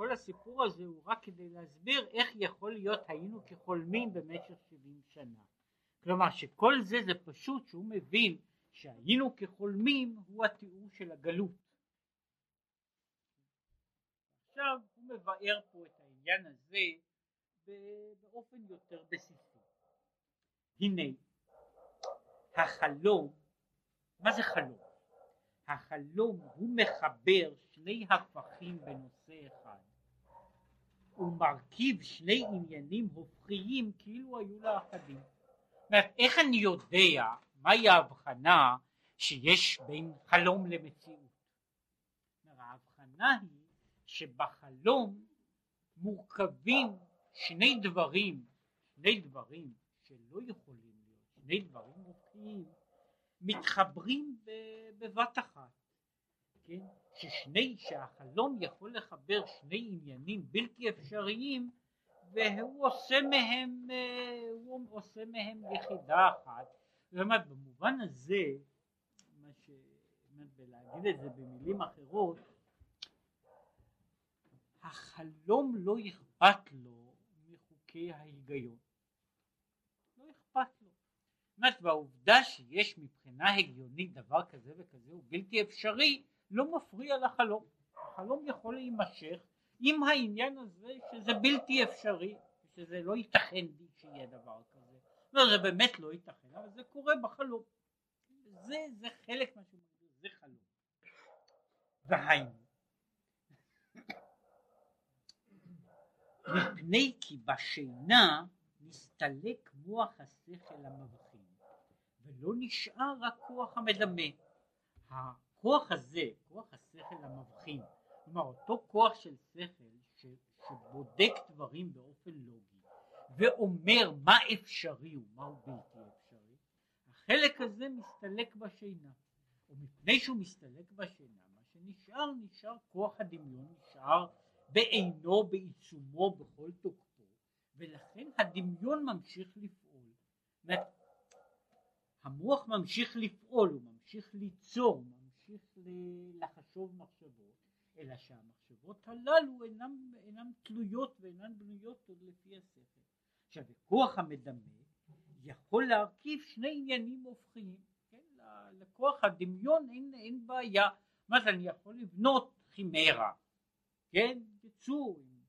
כל הסיפור הזה הוא רק כדי להסביר איך יכול להיות היינו כחולמים במשך 70 שנה. כלומר שכל זה פשוט שהוא מבין שהיינו כחולמים הוא התיאור של הגלות. עכשיו הוא מבאר פה את העניין הזה באופן יותר בסיסי. הנה החלום, מה זה חלום? החלום הוא מחבר שני הפכים בנושא אחד, הוא מרכיב שני עניינים הופכיים כאילו היו לאחדים. איך אני יודע מהי ההבחנה שיש בין חלום למציאות? ההבחנה היא שבחלום מורכבים שני דברים שלא יכולים להיות, שני דברים הופכיים מתחברים בבת אחת, כן? שהחלום יכול לחבר שני עניינים בלתי אפשריים והוא עושה מהם יחידה אחת. זאת אומרת, במובן הזה, להגיד את זה במילים אחרות, החלום לא אכפת לו מחוקי ההיגיון, לא אכפת לו. והעובדה שיש מבחינה הגיונית דבר כזה וכזה הוא בלתי אפשרי לא מפריע לחלום. החלום יכול להימשך עם העניין הזה שזה בלתי אפשרי, שזה לא ייתכן שיהיה דבר כזה. לא, זה באמת לא ייתכן, אבל זה קורה בחלום. זה חלק מה שמגיד, זה חלום. והיינו מפני כי בשינה נסתלק מוח השכל המבחין ולא נשאר רק כוח המדמה. הכוח הזה, כוח השכל המבחין, כלומר אותו כוח של שכל שבודק דברים באופן לוגי ואומר מה אפשרי ומהו בלתי אפשרי, החלק הזה מסתלק בשינה. ומפני שהוא מסתלק בשינה, מה שנשאר כוח הדמיון, נשאר בעינו, בעיצומו, בכל תוקפו, ולכן הדמיון ממשיך לפעול. המוח ממשיך לפעול, הוא ממשיך ליצור, הוא ממשיך לחשוב מחשבות, אלא שהמחשבות הללו אינן תלויות ואינן בנויות עוד לפי השכל. עכשיו, הכוח המדמה יכול להרכיב שני עניינים הופכיים, כן? לכוח הדמיון אין בעיה. מה זה, אני יכול לבנות חימרה, כן? יצור עם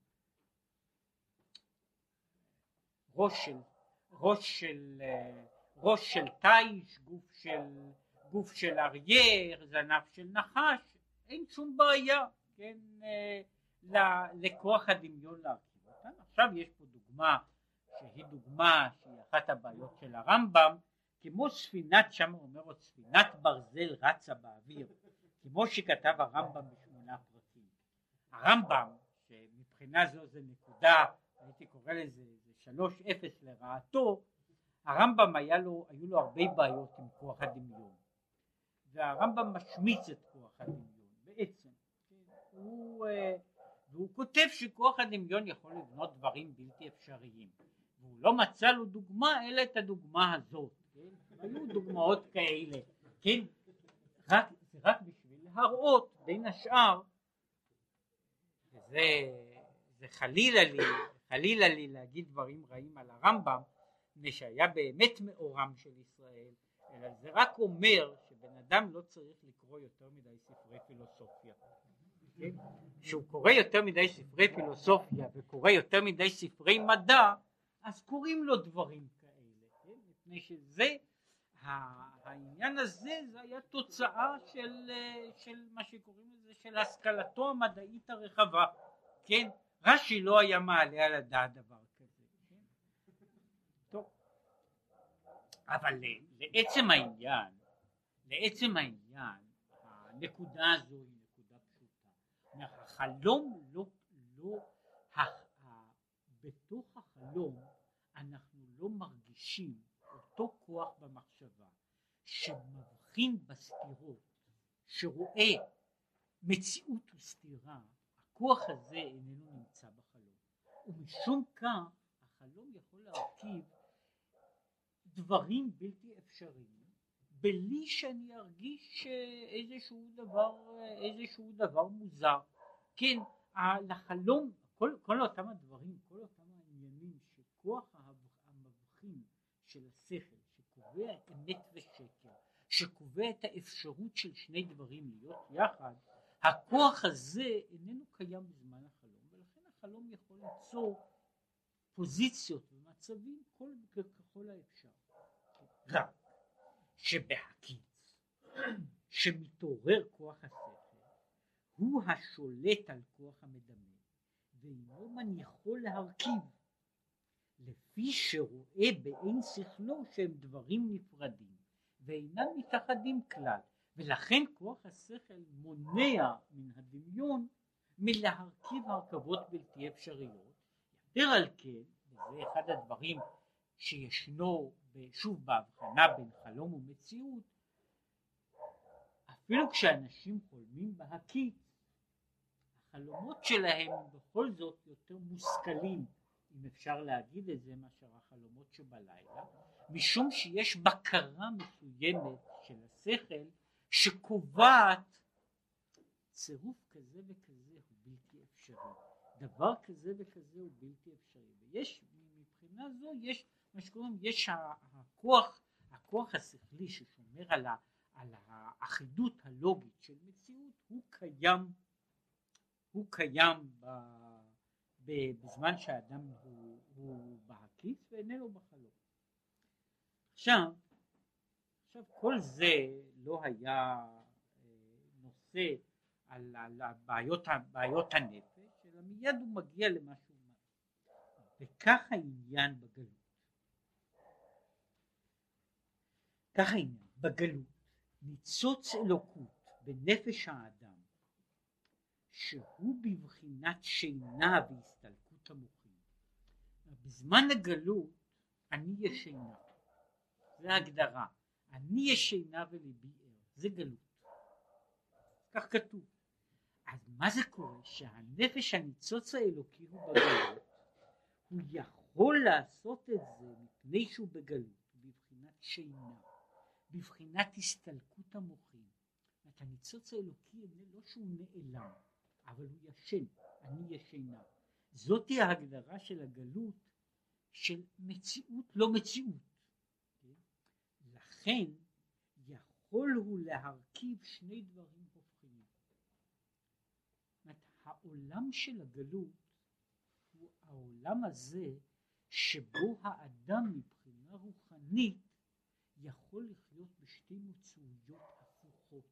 ראש של תיש, גוף של אריה, זנב של נחש, אין שום בעיה, כן? לכוח הדמיון להרכיב אותן. עכשיו יש פה דוגמה שהיא אחת הבעיות של הרמב"ם, כמו ספינת, שם הוא אומר עוד ספינת ברזל רצה באוויר, כמו שכתב הרמב"ם ב8 פרקים. הרמב"ם, שמבחינה זו זה נקודה, הייתי קורא לזה 3-0 לרעתו, הרמב"ם היו לו הרבה בעיות עם כוח הדמיון, והרמב"ם משמיץ את כוח הדמיון בעצם. והוא כותב שכוח הדמיון יכול לבנות דברים בלתי אפשריים, והוא לא מצא לו דוגמה אלא את הדוגמה הזאת, כן? היו דוגמאות כאלה, כן? זה רק בשביל להראות בין השאר, זה חלילה לי להגיד דברים רעים על הרמב"ם, שהיה באמת מאורם של ישראל, אלא זה רק אומר שבן אדם לא צריך לקרוא יותר מדי ספרי פילוסופיה, כן? שהוא קורא יותר מדי ספרי פילוסופיה וקורא יותר מדי ספרי מדע, אז קוראים לו דברים כאלה, כן? מפני שזה העניין הזה, זה היה תוצאה של מה שקוראים לזה, של השכלתו המדעית הרחבה, כן? רש"י לא היה מעלה על הדעת דבר כזה, כן? טוב, אבל לעצם העניין הנקודה הזו היא נקודה פשוטה. החלום בתוך החלום אנחנו לא מרגישים אותו כוח במחשבה שמבחין בסתירות, שרואה מציאות וסתירה. הכוח הזה איננו נמצא בחלום, ומשום כך החלום יכול להרכיב דברים בלתי אפשריים בלי שאני ארגיש איזשהו דבר מוזר. כן, לחלום, כל אותם הדברים, כל אותם העניינים שכוח המבחין של השכל, שקובע אמת ושקר, שקובע את האפשרות של שני דברים להיות יחד, הכוח הזה איננו קיים בזמן החלום, ולכן החלום יכול ליצור פוזיציות ומצבים ככל האפשר. רק שבהקיץ שמתעורר כוח השכל הוא השולט על כוח המדמה, ואינו מניחו להרכיב, לפי שרואה בעין שכלו שהם דברים נפרדים ואינם מתאחדים כלל, ולכן כוח השכל מונע מן הדמיון מלהרכיב הרכבות בלתי אפשריות. יותר על כן, וזה אחד הדברים שישנו שוב בהבחנה בין חלום ומציאות, אפילו כשאנשים חולמים בהקיץ, החלומות שלהם הם בכל זאת יותר מושכלים, אם אפשר להגיד את זה, מאשר החלומות שבלילה, משום שיש בקרה מסוימת של השכל שקובעת צירוף כזה וכזה הוא בלתי אפשרי, דבר כזה וכזה הוא בלתי אפשרי, ויש מבחינה זו יש מה שקוראים, יש הכוח השכלי ששומר על האחידות הלוגית של מציאות, הוא קיים בזמן שהאדם הוא בהקיץ ואיננו בחלום. עכשיו כל זה לא היה נושא על בעיות הנפש, אלא מיד הוא מגיע למשהו וכך העניין בגלות. כך העניין בגלות ניצוץ אלוקות בנפש האדם שהוא בבחינת שינה והסתלקות המוחים. בזמן הגלות אני ישנה, זה ההגדרה, אני ישנה וליבי ער, זה גלות, כך כתוב. אז מה זה קורה? שהנפש הניצוץ האלוקי הוא בגלות, הוא יכול לעשות את זה מפני שהוא בגלות, בבחינת שינה, בבחינת הסתלקות המוחים. את הניצוץ האלוקי לא שהוא נעלם, אבל הוא ישן, אני ישנה. זאת היא ההגדרה של הגלות, של מציאות לא מציאות. לכן יכול הוא להרכיב שני דברים הופכים. העולם של הגלות הוא העולם הזה שבו האדם מבחינה רוחנית יכול לחיות בשתי מציאויות הפוכות,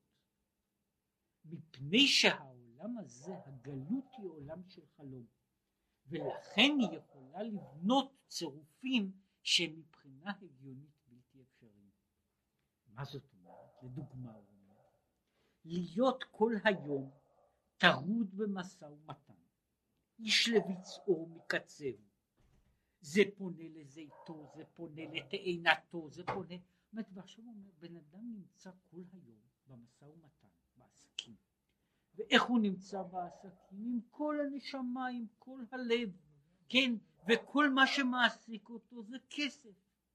מפני שהעולם הזה, הגלות היא עולם של חלום, ולכן היא יכולה לבנות צירופים שמבחינה הגיונית בלתי אפשריים. מה זאת אומרת? לדוגמה, להיות כל היום טרוד במשא ומתן, איש לביצעו מקצהו, זה פונה לזיתו, זה פונה לתאנתו, זה פונה, ועכשיו הוא אומר, בן אדם נמצא כל היום במשא ומתן, בעסקים, ואיך הוא נמצא בעסקים? עם כל הנשמה, עם כל הלב, כן, וכל מה שמעסיק אותו זה כסף.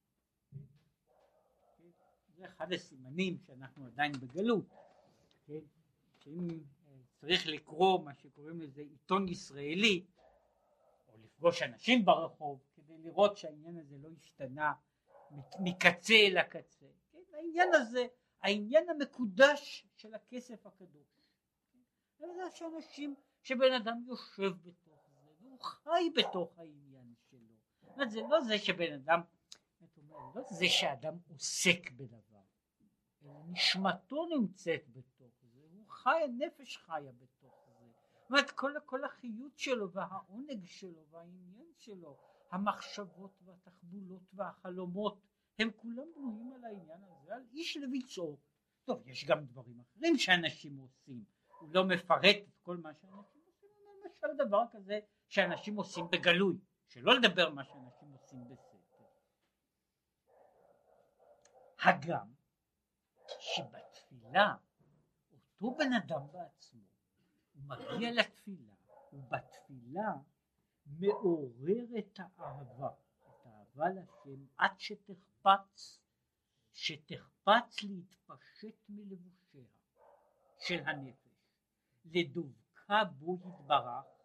זה אחד הסימנים שאנחנו עדיין בגלות, כן? שאם צריך לקרוא מה שקוראים לזה עיתון ישראלי, או לפגוש אנשים ברחוב, כדי לראות שהעניין הזה לא השתנה מקצה אל הקצה, כן? העניין הזה, העניין המקודש של הכסף הקדוש, כן? זה שאנשים, שבן אדם יושב בתוך זה, והוא חי בתוך העניין שלו. זה לא זה שבן אדם, לא זה שאדם עוסק בדבר, אלא נשמתו נמצאת בתוך זה, הוא חי, הנפש חיה בתוך זה. זאת אומרת, כל החיות שלו והעונג שלו והעניין שלו, המחשבות והתחבולות והחלומות, הם כולם בנויים על העניין הזה, על איש לביצעו. טוב, יש גם דברים אחרים שאנשים עושים, הוא לא מפרט את כל מה שאנשים עושים, למשל דבר כזה שאנשים עושים בגלוי, שלא לדבר מה שאנשים עושים בסתר. הגם שבתפילה אותו בן אדם בעצמו הוא מגיע לתפילה, ובתפילה מעורר את האהבה לשם, עד שתחפץ להתפשט מלבושיה של הנפש, לדבקה בו יתברך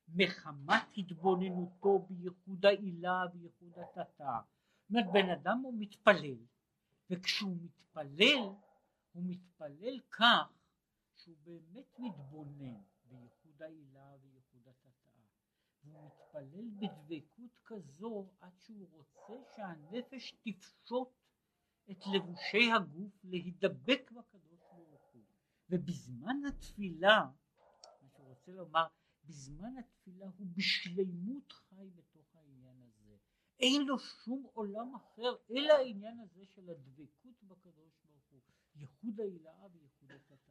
מחמת התבוננותו בייחוד העילה וייחוד התתא. זאת אומרת, בן אדם הוא מתפלל, וכשהוא מתפלל, הוא מתפלל כך שהוא באמת מתבונן בייחוד העילה וייחוד התתא. הוא מתפלל בדבקות כזו עד שהוא רוצה שהנפש תפשוט את לבושי הגוף, להידבק בקדוש ברוך הוא. ובזמן התפילה, מה שהוא רוצה לומר, בזמן התפילה הוא בשלימות חי בתוך העניין הזה. אין לו שום עולם אחר אלא העניין הזה של הדבקות בקדוש ברוך הוא, ייחוד העילה וייחוד התתא.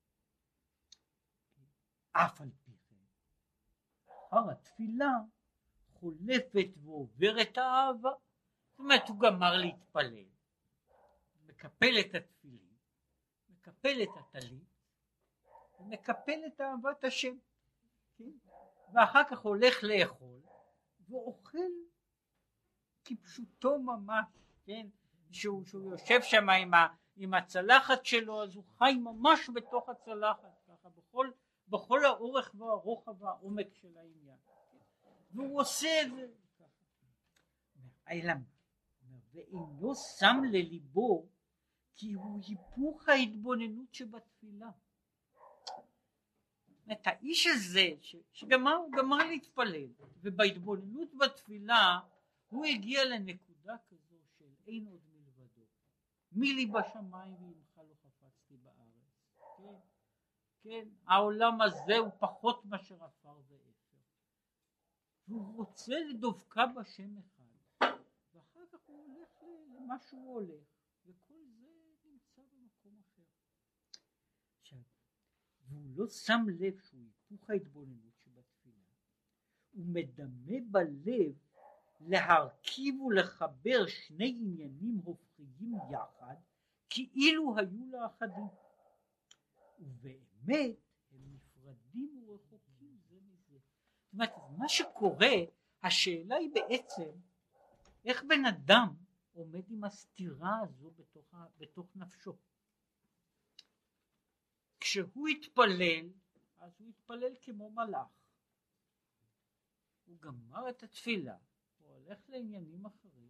אף על פי כן, אחר התפילה חולפת ועוברת האהבה. זאת אומרת, הוא גמר להתפלל, מקפל את התפילין, מקפל את הטלית, ומקפל את אהבת השם, כן? ואחר כך הולך לאכול, ואוכל כפשוטו ממש, כן? שהוא יושב שם עם הצלחת שלו, אז הוא חי ממש בתוך הצלחת, ככה בכל האורך והרוחב והעומק של העניין, כן? והוא עושה את זה ככה. ואינו שם לליבו כי הוא היפוך ההתבוננות שבתפילה. את האיש הזה שגמר להתפלל, ובהתבוננות בתפילה הוא הגיע לנקודה כזו של אין עוד מלבדו, מי לי בשמיים ועמך לא חפצתי בארץ, כן? כן, העולם הזה הוא פחות מאשר עפר ואפר, והוא רוצה לדבקה בשם אחד, ואחר כך הוא הולך למה שהוא הולך, וכל זה נמצא במקום אחר. עכשיו, והוא לא שם לב שהוא היפוך ההתבוננות שבתפילה, הוא מדמה בלב להרכיב ולחבר שני עניינים הופכיים יחד כאילו היו לאחדים, ובאמת הם נפרדים ורחוקים זה מזה. זאת אומרת, מה שקורה, השאלה היא בעצם איך בן אדם עומד עם הסתירה הזו בתוך נפשו. כשהוא התפלל, אז הוא התפלל כמו מלאך, הוא גמר את התפילה, הוא הולך לעניינים אחרים,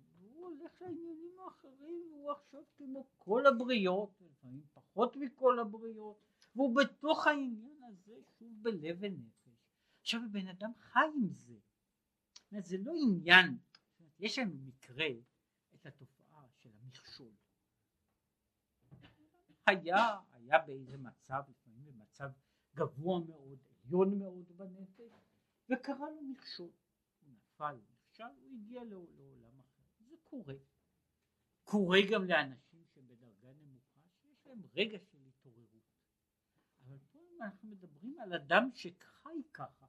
והוא עכשיו כמו כל הבריות, לפעמים פחות מכל הבריות, והוא בתוך העניין הזה שוב בלב ונפש. עכשיו בן אדם חי עם זה, זה לא עניין. יש לנו מקרה את התופעה של המכשול, היה באיזה מצב, לפעמים במצב גבוה מאוד, עליון מאוד בנפש, וקרה לו מכשול, הוא נפל, הוא הגיע לעולם אחר. זה קורה גם לאנשים שבדרגה נמוכה, שיש להם רגע של התעוררות. אבל פה אנחנו מדברים על אדם שחי ככה,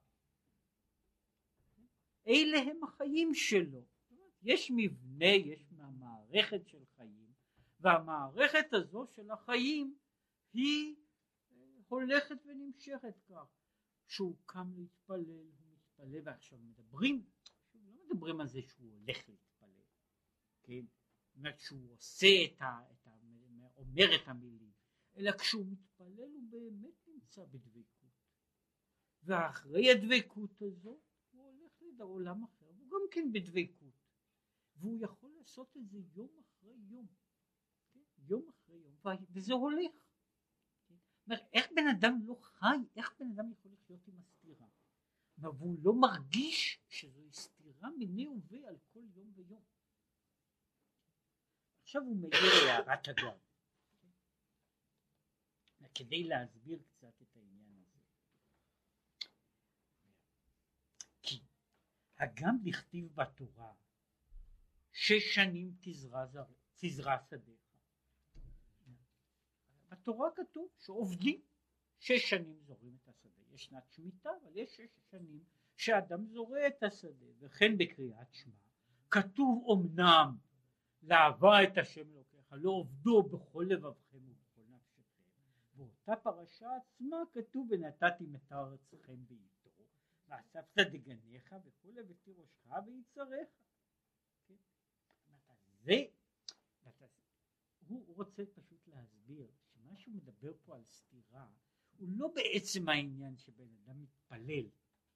אלה הם החיים שלו. יש מבנה, יש מערכת של חיים, והמערכת הזו של החיים היא הולכת ונמשכת כך. כשהוא קם להתפלל, הוא מתפלל, ועכשיו לא מדברים על זה שהוא הולך להתפלל, כן? זאת אומרת שהוא עושה אומר את המילים, אלא כשהוא מתפלל הוא באמת נמצא בדבקות, ואחרי הדבקות הזו הוא הולך לעולם אחר, הוא גם כן בדבקות, והוא יכול לעשות את זה יום אחרי יום, כן? יום אחרי יום, וזה הולך. זאת אומרת, איך בן אדם לא חי, איך בן אדם יכול לחיות עם הסתירה, והוא לא מרגיש שזו סתירה מיני ובי על כל יום ויום. עכשיו הוא מעיר הערת אגב, כדי להסביר קצת את העניין הזה. כי הגם לכתיב בתורה 6 שנים תזרע שדיך. בתורה כתוב שעובדים 6 שנים זורעים את השדה. יש שנת שמיטה, אבל יש 6 שנים שאדם זורע את השדה. וכן בקריאת שמע כתוב אמנם לאהבה את השם אלוקיך, לא עובדו בכל לבבכם ובכל נפשכם. באותה פרשה עצמה כתוב ונתתי מטר ארצכם בעיתו ואספת דגניך וכולי ותירושך ויצריך. הוא רוצה פשוט להסביר שמה שהוא מדבר פה על סתירה הוא לא בעצם העניין שבן אדם מתפלל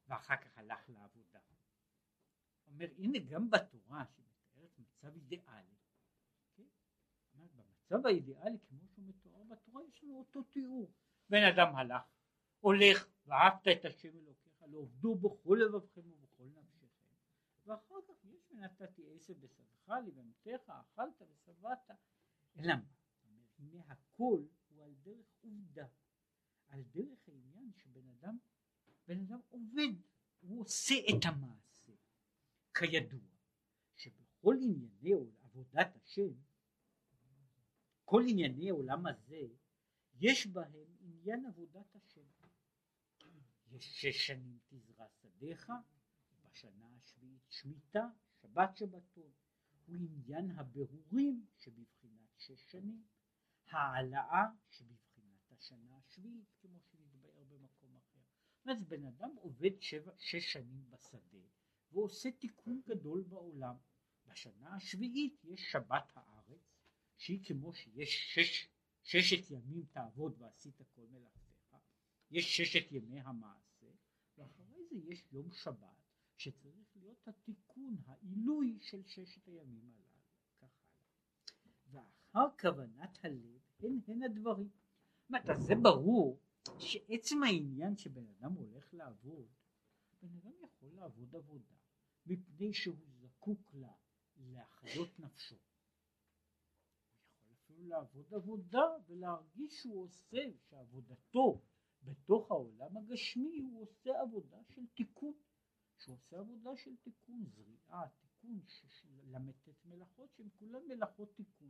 ואחר כך הלך לעבודה. אומר הנה גם בתורה שמתארת מצב אידיאלי, כן? אומר, במצב האידיאלי כמו שהוא מתואר בתורה יש לנו אותו תיאור. בן אדם הלך, הולך, ואהבת את השם אלוקיך, לעובדו בכל לבבכם ובכל נפשכם, ואחר כך יש ונתתי עשב בשדך לבהמתך, אכלת ושבעת. אלא מה? הנה הכל הוא על דרך עובדה, על דרך העניין שבן אדם עובד, הוא עושה את המעשה. כידוע שבכל ענייני עבודת השם, כל ענייני העולם הזה יש בהם עניין עבודת השם. יש 6 שנים תזרע שדיך, בשנה השביעית שמיטה, שבת שבתון, הוא עניין הבירורים שבבחינת 6 שנים, העלאה שבבחינת השנה השביעית, כמו שנתבאר במקום אחר. אז בן אדם עובד 6 שנים בשדה ועושה תיקון גדול בעולם. בשנה השביעית יש שבת הארץ, שהיא כמו שיש 6 ימים תעבוד ועשית כל מלאכתך, יש 6 ימי המעשה, ואחרי זה יש יום שבת שצריך להיות התיקון, העילוי של 6 הימים הללו, כך הלאה. ואחר כוונת הלב הן הדברים. אז זה ברור שעצם העניין שבן אדם הולך לעבוד, בן אדם יכול לעבוד עבודה מפני שהוא זקוק לה להחיות נפשו. הוא יכול אפילו לעבוד עבודה ולהרגיש שהוא עושה, שעבודתו בתוך העולם הגשמי הוא עושה עבודה של תיקון, שהוא עושה עבודה של תיקון, זריעה, תיקון, למתת מלאכות שהן כולן מלאכות תיקון.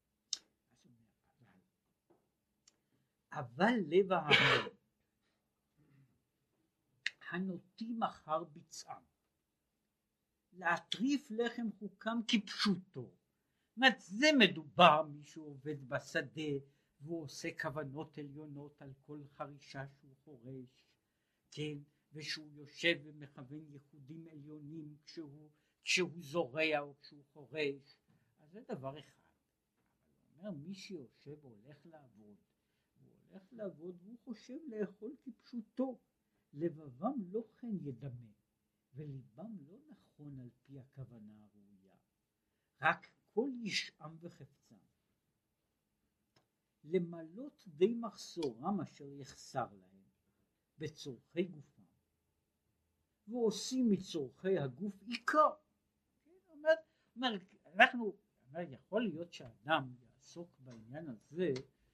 אבל לב ההמון הנוטים אחר ביצעם, להטריף לחם חוקם כפשוטו. זה מדובר מישהו עובד בשדה והוא עושה כוונות עליונות על כל חרישה שהוא חורש, כן, ושהוא יושב ומכוון ייחודים עליונים כשהוא זורע או כשהוא חורש, אז זה דבר אחד. אבל אומר מי שיושב והולך לעבוד, והוא חושב לאכול כפשוטו, לבבם לא כן ידמה וליבם לא נכון על פי הכוונה הראויה, רק כל ישעם וחפצם למלות די מחסורם אשר יחסר להם בצורכי גופם, ועושים מצורכי הגוף עיקר. יכול להיות שאדם יעסוק בעניין הזה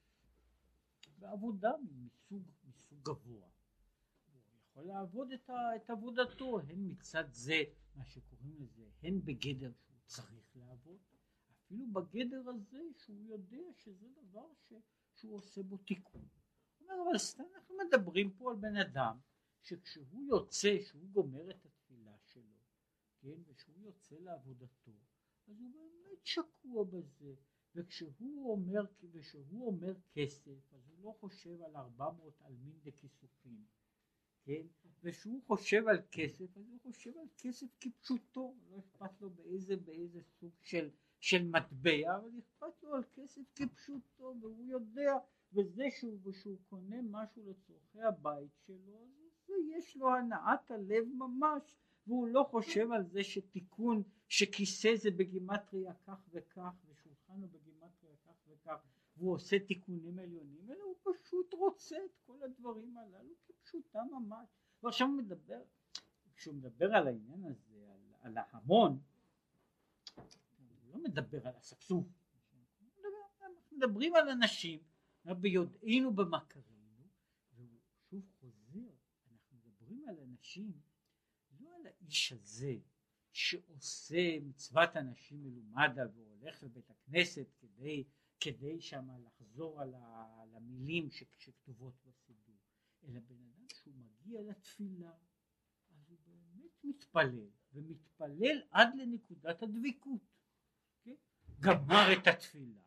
בעבודה מסוג גבוה, הוא יכול לעבוד את עבודתו הן מצד זה מה שקוראים לזה, הן בגדר שהוא צריך לעבוד, אפילו בגדר הזה שהוא יודע שזה דבר שהוא עושה בו תיקון. הוא אומר אבל סתם אנחנו מדברים פה על בן אדם שכשהוא יוצא, שהוא גומר את התפילה שלו, כן, ושהוא יוצא לעבודתו, אז הוא באמת שקוע בזה, וכשהוא אומר כסף, אז הוא לא חושב על 400 אלמין דכיסופים, כן, ושהוא חושב על כסף, אז הוא חושב על כסף כפשוטו, לא אכפת לו באיזה סוג של מטבע, אבל אכפת לו על כסף כפשוטו, והוא יודע, וזה שהוא קונה משהו לצורכי הבית שלו, אז זה יש לו הנעת הלב ממש, והוא לא חושב על זה שתיקון, שכיסא זה בגימטריה כך וכך, ושולחן הוא בגימטריה כך וכך, והוא עושה תיקונים עליונים, אלא הוא פשוט רוצה את כל הדברים הללו כפשוטה ממש. ועכשיו כשהוא מדבר על העניין הזה, על ההמון, הוא לא מדבר על הספסוף, אנחנו מדברים על אנשים, ביודענו במכרינו, והוא שוב חוזר, אנחנו מדברים על אנשים, לא על האיש הזה שעושה מצוות אנשים מלומדה והולך לבית הכנסת כדי שמה לחזור על המילים שכתובות בסידור, אלא בן אדם שהוא מגיע לתפילה אז הוא באמת מתפלל ומתפלל עד לנקודת הדביקות, כן? גמר את התפילה,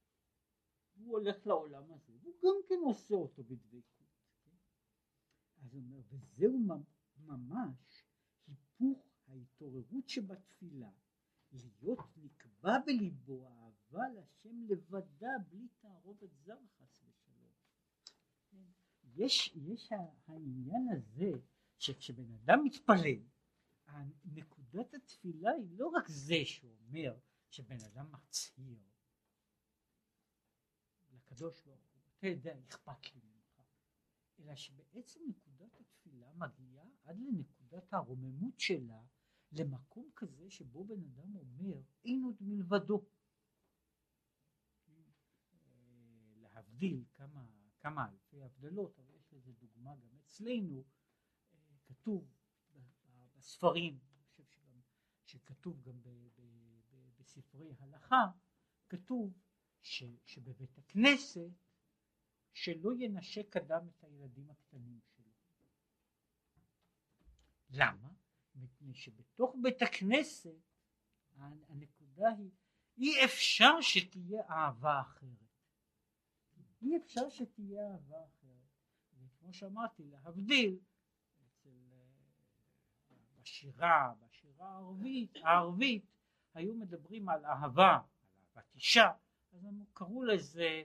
הוא הולך לעולם הזה והוא גם כן עושה אותו בדבקות, כן? אז הוא אומר וזהו ממש היפוך ההתעוררות שבתפילה, להיות נקבע בליבו אהבה לשם לבדה בלי תערובת זר חס ושלום. יש העניין הזה שכשבן אדם מתפלל, נקודת התפילה היא לא רק זה שאומר שבן אדם מצהיר לקדוש ברוך הוא, אתה יודע, אכפת לי ממך, אלא שבעצם נקודת התפילה מגיעה עד לנקודת הרוממות שלה, למקום כזה שבו בן אדם אומר אין עוד מלבדו. להבדיל כמה אלפי הבדלות, אבל יש לזה דוגמה גם אצלנו. כתוב בספרים, אני חושב שכתוב גם בספרי הלכה, כתוב שבבית הכנסת שלא ינשק אדם את הילדים הקטנים שלו. למה? מפני שבתוך בית הכנסת הנקודה היא, אי אפשר שתהיה אהבה אחרת. אי אפשר שתהיה אהבה אחרת. וכמו שאמרתי, להבדיל, בשירה הערבית היו מדברים על אהבה, על אהבת אישה, אז הם קראו לזה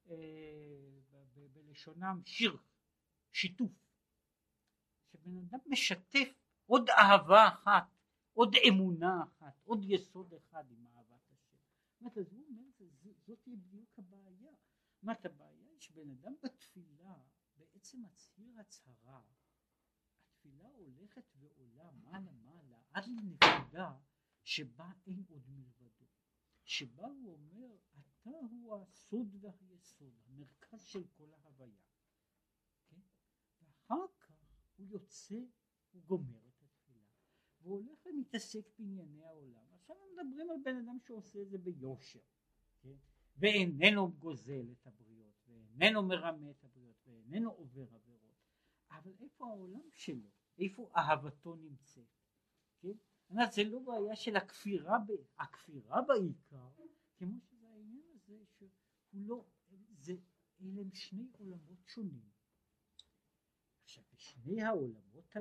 בלשונם שיר, שיתוף. שבן אדם משתף עוד אהבה אחת, עוד אמונה אחת, עוד יסוד אחד עם אהבת השם. זאת אומרת, אז הוא אומר, זאת היא בדיוק הבעיה. זאת אומרת, הבעיה היא שבן אדם בתפילה בעצם מצהיר הצהרה, התפילה הולכת ועולה מעלה עד לנקודה שבה אין עוד מלבדו, שבה הוא אומר אתה הוא הסוד והיסוד, המרכז של כל ההוויה, כן? ואחר כך הוא יוצא, הוא גומר את התפילה והוא הולך ומתעסק בענייני העולם. עכשיו מדברים על בן אדם שעושה את זה ביושר, כן? ואיננו גוזל את הבריות, ואיננו מרמה את הבריות, ואיננו עובר עבירות. אבל איפה העולם שלו? איפה אהבתו נמצאת? כן? זה לא בעיה של הכפירה בעיקר, כמו שזה העניין הזה שהוא לא, אלה הם שני עולמות שונים. עכשיו בשני העולמות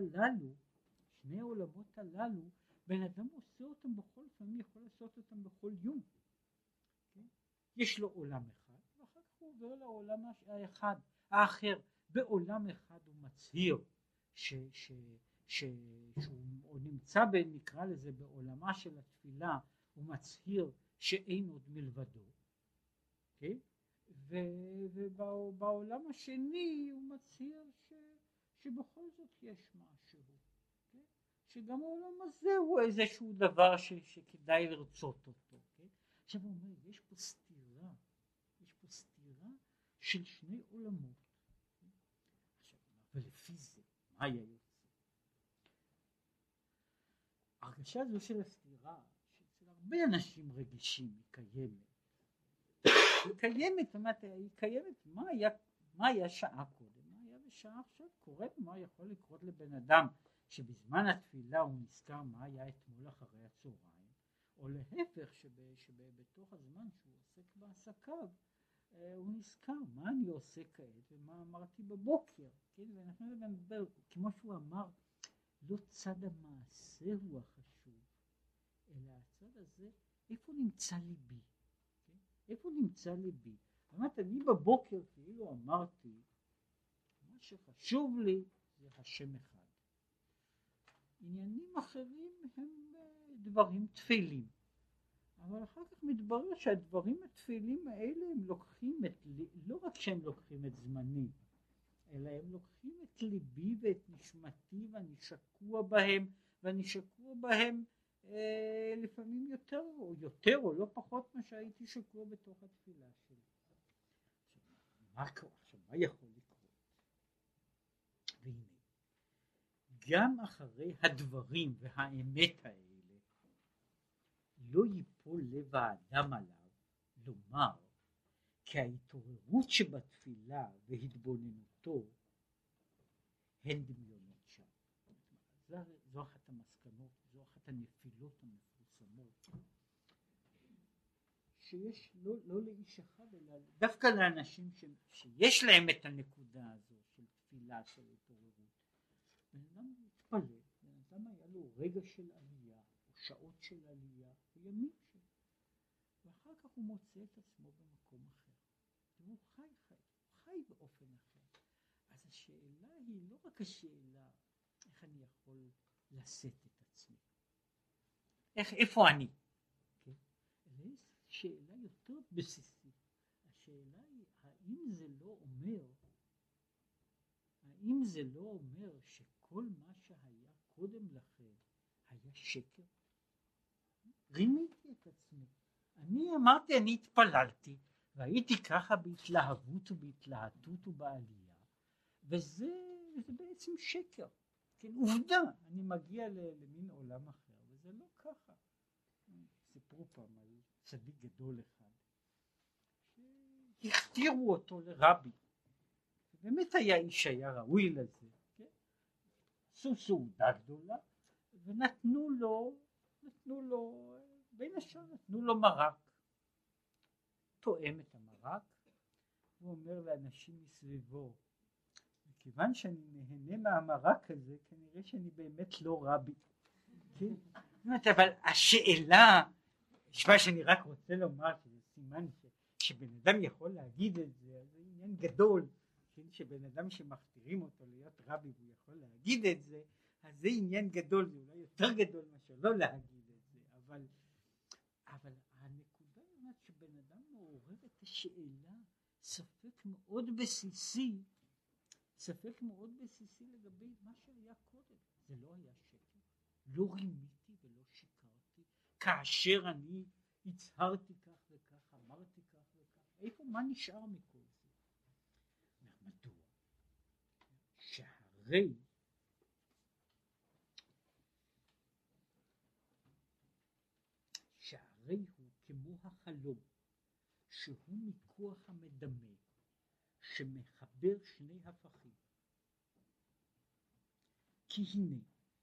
הללו, בן אדם עושה אותם בכל פעם, יכול לעשות אותם בכל יום. כן? יש לו עולם אחד, ואחר כך הוא עובר לעולם האחר. בעולם אחד הוא מצהיר שהוא נמצא נקרא לזה בעולמה של התפילה, הוא מצהיר שאין עוד מלבדו, כן? ובעולם השני הוא מצהיר שבכל זאת יש משהו, כן? שגם העולם הזה הוא איזשהו דבר שכדאי לרצות אותו, כן? עכשיו הוא אומר, יש פה סתירה של שני עולמות. עכשיו, ולפי זה מה היה יוצא? הרגשה הזו של הסתירה, שאצל הרבה אנשים רגישים היא קיימת, מה היה שעה קודם, מה היה בשעה עכשיו, קורה מה יכול לקרות לבן אדם שבזמן התפילה הוא נזכר מה היה אתמול אחרי הצהריים, או להפך שבתוך הזמן שהוא עוסק בעסקיו הוא נזכר מה אני עושה כעת ומה אמרתי בבוקר, כן? ואנחנו נדבר, כמו שהוא אמר, לא צד המעשה הוא החשוב, אלא הצד הזה, איפה נמצא ליבי, כן? איפה נמצא ליבי? אמרת, אני בבוקר כאילו אמרתי, מה שחשוב לי זה השם אחד. עניינים אחרים הם דברים תפילים. אבל אחר כך מתברר שהדברים התפילים האלה הם לוקחים לא רק שהם לוקחים את זמני, אלא הם לוקחים את ליבי ואת נשמתי, ואני שקוע בהם לפעמים יותר או לא פחות מה שהייתי שקוע בתוך התפילה שלי. עכשיו מה יכול לקרות? והנה, גם אחרי הדברים והאמת האלה לא ייפול לב האדם עליו לומר כי ההתעוררות שבתפילה והתבוננותו הן דמיונות שם. זו אחת המסקנות, זו אחת הנפילות המפורסמות שיש לא לאיש אחד אלא דווקא לאנשים שיש להם את הנקודה הזו של תפילה, של התעוררות. בן אדם מתפלל, בן אדם היה לו רגע של עלייה או שעות של עלייה או ימים של, ואחר כך הוא מוצא את עצמו במקום אחר והוא חי באופן אחר. אז השאלה היא לא רק השאלה איך אני יכול לשאת את עצמי? איפה אני? כן? זו שאלה יותר בסיסית. השאלה היא, האם זה לא אומר שכל מה שהיה קודם לכן היה שקר? רימיתי את עצמי. אני אמרתי, אני התפללתי, והייתי ככה בהתלהבות ובהתלהטות ובעלייה, וזה בעצם שקר. כן, עובדה, אני מגיע למין עולם אחר, וזה לא ככה. סיפרו פעם על צדיק גדול אחד, שהכתירו אותו לרבי. באמת היה ראוי לזה. כן? עשו סעודה גדולה, ונתנו לו, בין השאר נתנו לו מרק. תואם את המרק, הוא אומר לאנשים מסביבו, מכיוון שאני נהנה מהמרק הזה, כנראה שאני באמת לא רבי. כן? אבל השאלה, מה שאני רק רוצה לומר, שזה סימן שבן אדם יכול להגיד את זה, זה עניין גדול, שבן אדם שמכתירים אותו להיות רבי והוא יכול להגיד את זה, אז זה עניין גדול, זה אולי יותר גדול מאשר לא להגיד את זה, אבל הנקודה היא שבן אדם מעורר את השאלה ספק מאוד בסיסי לגבי מה שהיה קודם. זה לא היה שקר, לא רימיתי ולא שיקרתי, כאשר אני הצהרתי כך וכך, אמרתי כך וכך, איפה, מה נשאר מכל זה? מדוע? שהרי הוא כמו החלום, שהוא מכוח המדמה שמחבר שני הפכים. כי הנה,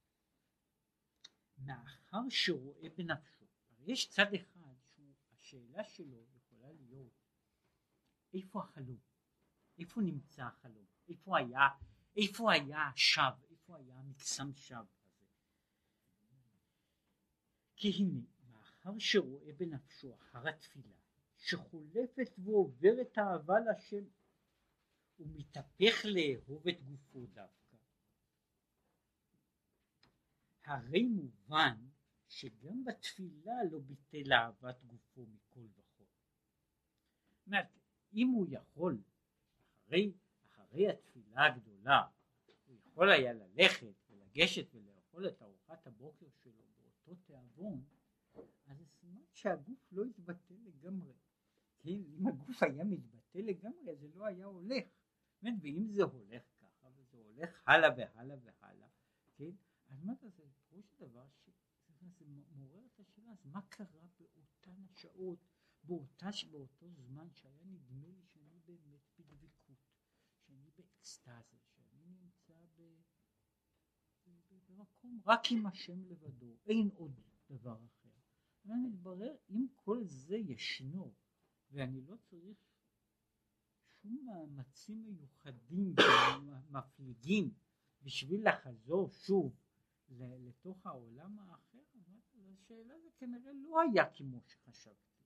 מאחר שרואה בנפשו, הרי יש צד אחד שהשאלה שלו יכולה להיות איפה החלום, איפה נמצא החלום, איפה היה השווא, איפה היה המקסם שווא הזה. כי הנה, מאחר שרואה בנפשו אחר התפילה שחולפת ועוברת האהבה לשם, הוא מתהפך לאהוב את גופו דווקא, הרי מובן שגם בתפילה לא ביטל אהבת גופו מכל וכל. אם הוא יכול אחרי התפילה הגדולה הוא יכול היה ללכת ולגשת ולאכול את ארוחת הבוקר שלו באותו תיאבון, אז זה סימן שהגוף לא התבטל לגמרי. כן? אם הגוף היה מתבטל לגמרי זה לא היה הולך. ואם זה הולך ככה וזה הולך הלאה והלאה והלאה, כן? אז מה זה ראש דבר שזה מעורר את השאלה, אז מה קרה באותן השעות, באותו זמן שהיה נדמה לי שאני באמת בדבקות, שאני באקסטאזה, שאני נמצא במקום רק עם השם לבדו, אין עוד דבר אחר. ואני מתברר, אם כל זה ישנו ואני לא צריך שום מאמצים מיוחדים ומפליגים בשביל לחזור שוב לתוך העולם האחר, אז השאלה זה כנראה לא היה כמו שחשבתי.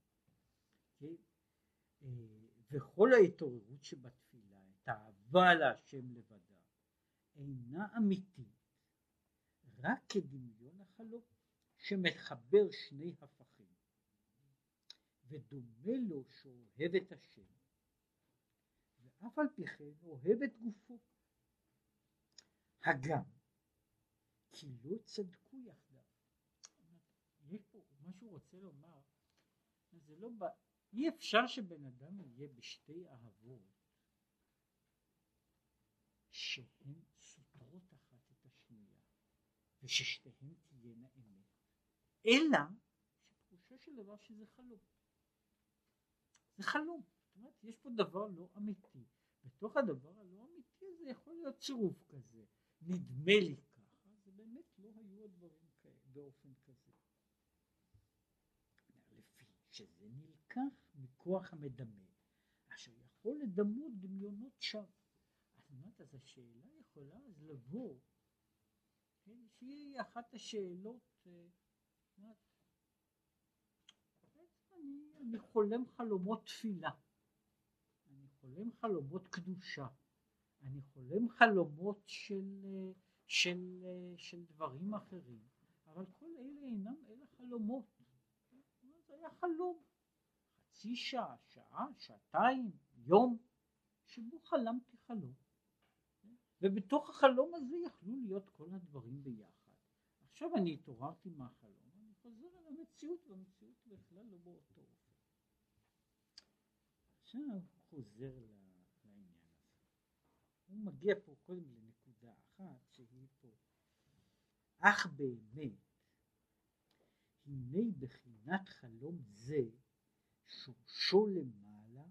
וכל ההתעוררות שבתפילה, את האהבה להשם לבדה, אינה אמיתית, רק כדמיון החלום שמחבר שני הפכים, ודומה לו שאוהב את השם, ואף על פי כן אוהב את גופו, הגם כי לא צדקו יחדיו. יש פה מה שהוא רוצה לומר, זה לא אי אפשר שבן אדם יהיה בשתי אהבות שהן סותרות אחת את השנייה וששתיהן תהיינה אמת, אלא שפירושו של דבר שזה חלום. זה חלום, זאת אומרת יש פה דבר לא אמיתי, בתוך הדבר הלא אמיתי הזה יכול להיות צירוף כזה, נדמה לי ככה, זה באמת לא היו הדברים כאלה באופן כזה, לפי שזה נלקח מכוח המדמה אשר יכול לדמות דמיונות שווא. אז השאלה יכולה אז לבוא, שהיא אחת השאלות, אני חולם חלומות תפילה, אני חולם חלומות קדושה, אני חולם חלומות של דברים אחרים, אבל כל אלה אינם אלא חלומות. זה היה חלום, חצי שעה, שעה, שעתיים, יום, שבו חלמתי חלום, ובתוך החלום הזה יכלו להיות כל הדברים ביחד. עכשיו אני התעוררתי מהחלום, אני חוזר אל המציאות, והמציאות בכלל לא באותו אופן. עכשיו הוא חוזר לעניין הזה, הוא מגיע פה קודם לנקודה אחת שהיא פה, אך באמת הנה בחינת חלום זה שורשו למעלה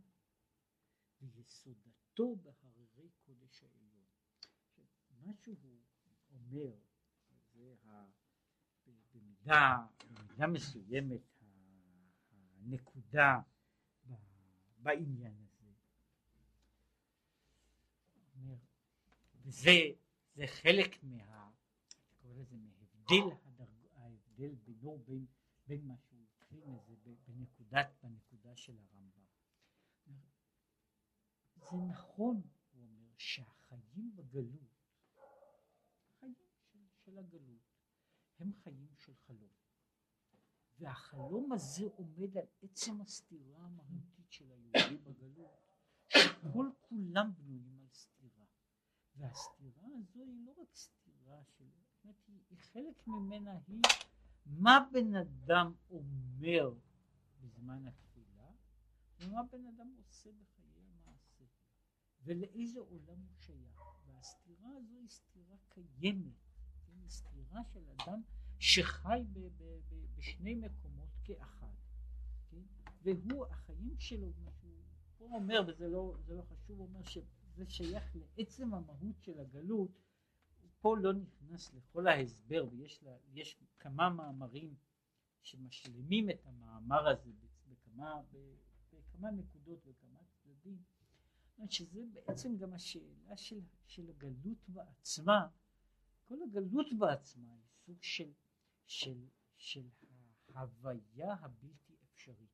ויסודתו בהררי קודש העליון. מה שהוא אומר זה במידה מסוימת הנקודה בעניין הזה, וזה חלק ההבדל בינו בין מה שהוא התחיל מזה בנקודה של הרמב"ם. זה נכון, הוא אומר, שהחיים בגלות, החיים של הגלות, הם חיים של חלום, והחלום הזה עומד על עצם הסתירה המהותית של היהודי בגלות, שכל כולם בנויים על סתירה, והסתירה הזו היא לא רק סתירה של, היא חלק ממנה, היא מה בן אדם אומר בזמן התפילה, ומה בן אדם עושה בחיי המעשה, ולאיזה עולם הוא שייך. והסתירה הזו היא סתירה קיימת, היא סתירה של אדם שחי בשני מקומות כאחד, והוא החיים שלו, מה שהוא פה אומר, וזה לא חשוב, הוא אומר שזה שייך לעצם המהות של הגלות. פה לא נכנס לכל ההסבר, ויש כמה מאמרים שמשלימים את המאמר הזה בכמה נקודות וכמה צדדים, שזה בעצם גם השאלה של הגלות בעצמה. כל הגלות בעצמה היא סוג של ההוויה הבלתי אפשרית.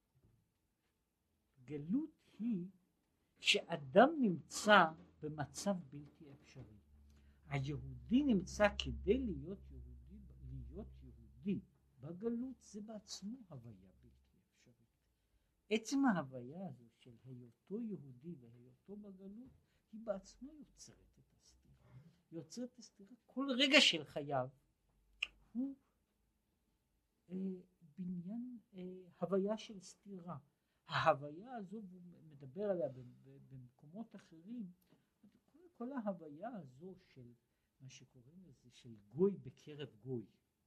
גלות היא שאדם נמצא במצב בלתי אפשרי. היהודי נמצא כדי להיות יהודי בגלות, זה בעצמו הוויה בלתי אפשרית. עצם ההוויה הזו של היותו יהודי והיותו בגלות היא בעצמו יוצרת את הסתירה. כל רגע של חייו הוא בניין הוויה של סתירה. ההוויה הזו, הוא מדבר עליה במקומות אחרים, כל ההוויה הזו של מה שקוראים לזה של גוי בקרב גוי,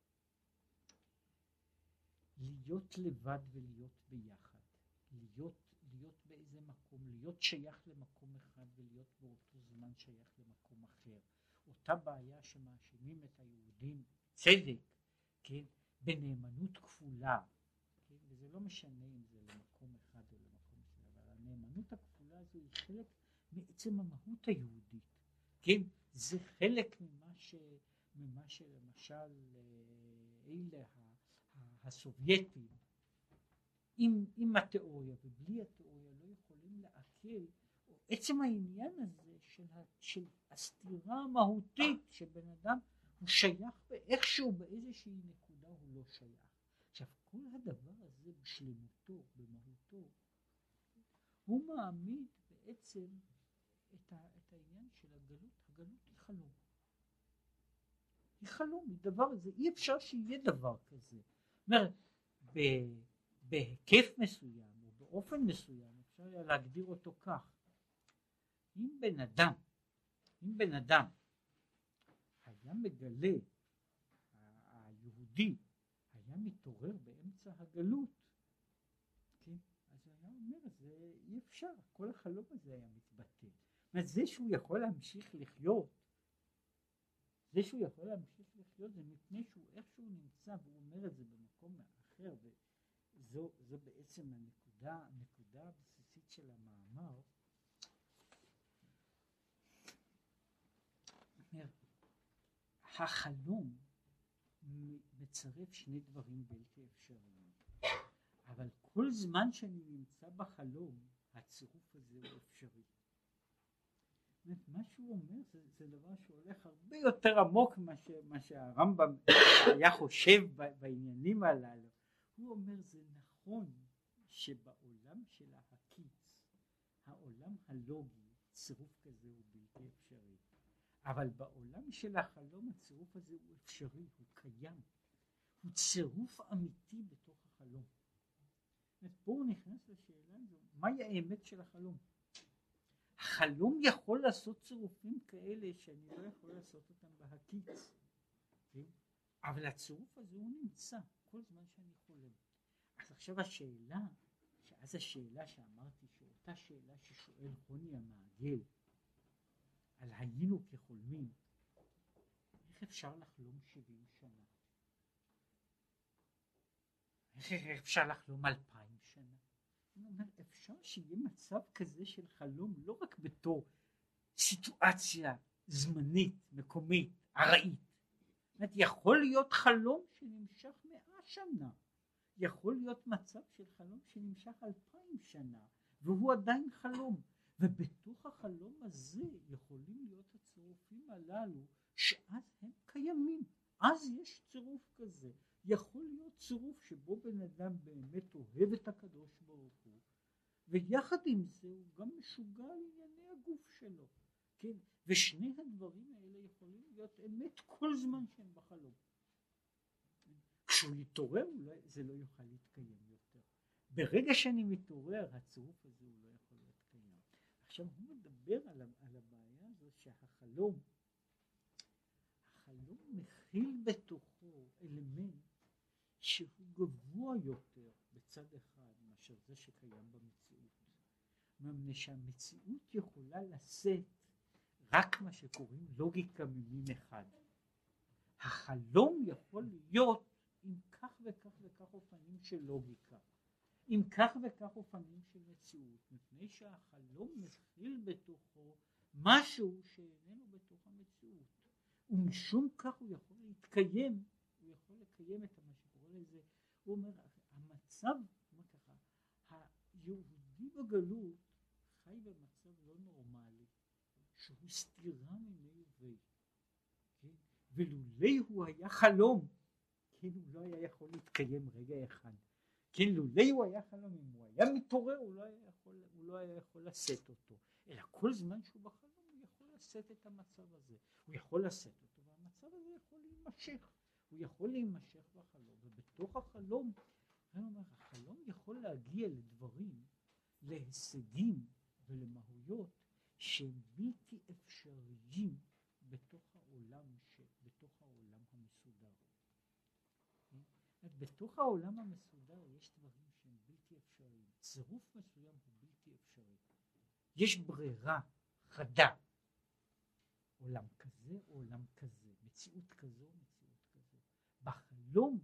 להיות לבד ולהיות ביחד, להיות באיזה מקום, להיות שייך למקום אחד ולהיות באותו זמן שייך למקום אחר. אותה בעיה שמאשימים את היהודים צדק, כן, בנאמנות כפולה, כן, וזה לא משנה אם זה למקום אחד או למקום אחר, אבל הנאמנות הכפולה הזו היא חלק מעצם המהות היהודית, כן, זה חלק ממה שלמשל אלה הסובייטים עם התיאוריה ובלי התיאוריה לא יכולים לעכל, או עצם העניין הזה של הסתירה המהותית שבן אדם הוא שייך ואיכשהו באיזושהי נקודה הוא לא שייך. עכשיו כל הדבר הזה בשלמותו, במהותו, הוא מעמיד בעצם את העניין של הגלות. הגלות היא חלום. היא חלום, היא דבר, זה אי אפשר שיהיה דבר כזה. זאת אומרת, בהיקף מסוים או באופן מסוים אפשר היה להגדיר אותו כך. אם בן אדם היה מגלה, היהודי היה מתעורר באמצע הגלות, כן? אז היה אומר, זה אי אפשר, כל החלום הזה היה מתבטל. זה שהוא יכול להמשיך לחיות, זה מפני שהוא איכשהו נמצא, והוא אומר את זה במקום אחר, וזו בעצם הנקודה הבסיסית של המאמר. החלום מצרף שני דברים בלתי אפשריים, אבל כל זמן שאני נמצא בחלום הצירוף הזה הוא אפשרי. מה שהוא אומר זה דבר שהולך הרבה יותר עמוק מה שהרמב"ם היה חושב בעניינים הללו. הוא אומר זה נכון שבעולם של ההקיץ, העולם הלוגי, צירוף כזה הוא בלתי אפשרי, אבל בעולם של החלום הצירוף הזה הוא אפשרי, הוא קיים, הוא צירוף אמיתי בתוך החלום. פה הוא נכנס לשאלה הזו, מהי האמת של החלום? החלום יכול לעשות צירופים כאלה שאני לא יכול לעשות אותם בהקיץ, כן? אבל הצירוף הזה הוא נמצא כל זמן שאני חולם. אז עכשיו השאלה שאמרתי, שאותה שאלה ששואל חוני המעגל על היינו כחולמים, איך אפשר לחלום 70 שנה? איך אפשר לחלום 2000 שנה? הוא אומר, אפשר שיהיה מצב כזה של חלום לא רק בתור סיטואציה זמנית, מקומית, ארעית. זאת אומרת, יכול להיות חלום שנמשך 100 שנה. יכול להיות מצב של חלום שנמשך 2000 שנה, והוא עדיין חלום. ובתוך החלום הזה יכולים להיות הצירופים הללו, שאז הם קיימים. אז יש צירוף כזה. יכול להיות צירוף שבו בן אדם באמת אוהב את הקדוש ברוך הוא, ויחד עם זה הוא גם משוגע על ענייני הגוף שלו, כן? ושני הדברים האלה יכולים להיות אמת כל זמן שהם בחלום. כשהוא יתעורר זה לא יוכל להתקיים יותר. ברגע שאני מתעורר הצירוף הזה הוא לא יכול להיות קיים. עכשיו הוא מדבר על הבעיה הזו שהחלום מכיל בתוכו אלמנט שהוא גבוה יותר בצד אחד מאשר זה שקיים במציאות. מפני שהמציאות יכולה לשאת רק מה שקוראים לוגיקה ממין אחד. החלום יכול להיות עם כך וכך וכך אופנים של לוגיקה, עם כך וכך אופנים של מציאות, מפני שהחלום מכיל בתוכו משהו שאיננו בתוך המציאות, ומשום כך הוא יכול להתקיים, הוא יכול לקיים את מה שקורא לזה, הוא אומר, המצב, אומר ככה, היהודי בגלות חי במצב לא נורמלי, שהוא סתירה מיני ובי, כן? ולולי הוא היה חלום, כן, הוא לא היה יכול להתקיים רגע אחד, כן, לולי הוא היה חלום, אם הוא היה מתעורר הוא לא היה יכול לשאת אותו, אלא כל זמן שהוא בחלום הוא יכול לשאת את המצב הזה, הוא יכול לשאת אותו, והמצב הזה יכול להימשך, הוא יכול להימשך בחלום, ובתוך החלום, אני אומר, החלום יכול להגיע לדברים, להישגים ולמהויות שהם בלתי אפשריים בתוך העולם המסודר. בתוך העולם המסודר יש דברים שהם בלתי אפשריים, צירוף מסוים הוא בלתי אפשרי, יש ברירה חדה, עולם כזה או עולם כזה, מציאות כזו או מציאות כזו. בחלום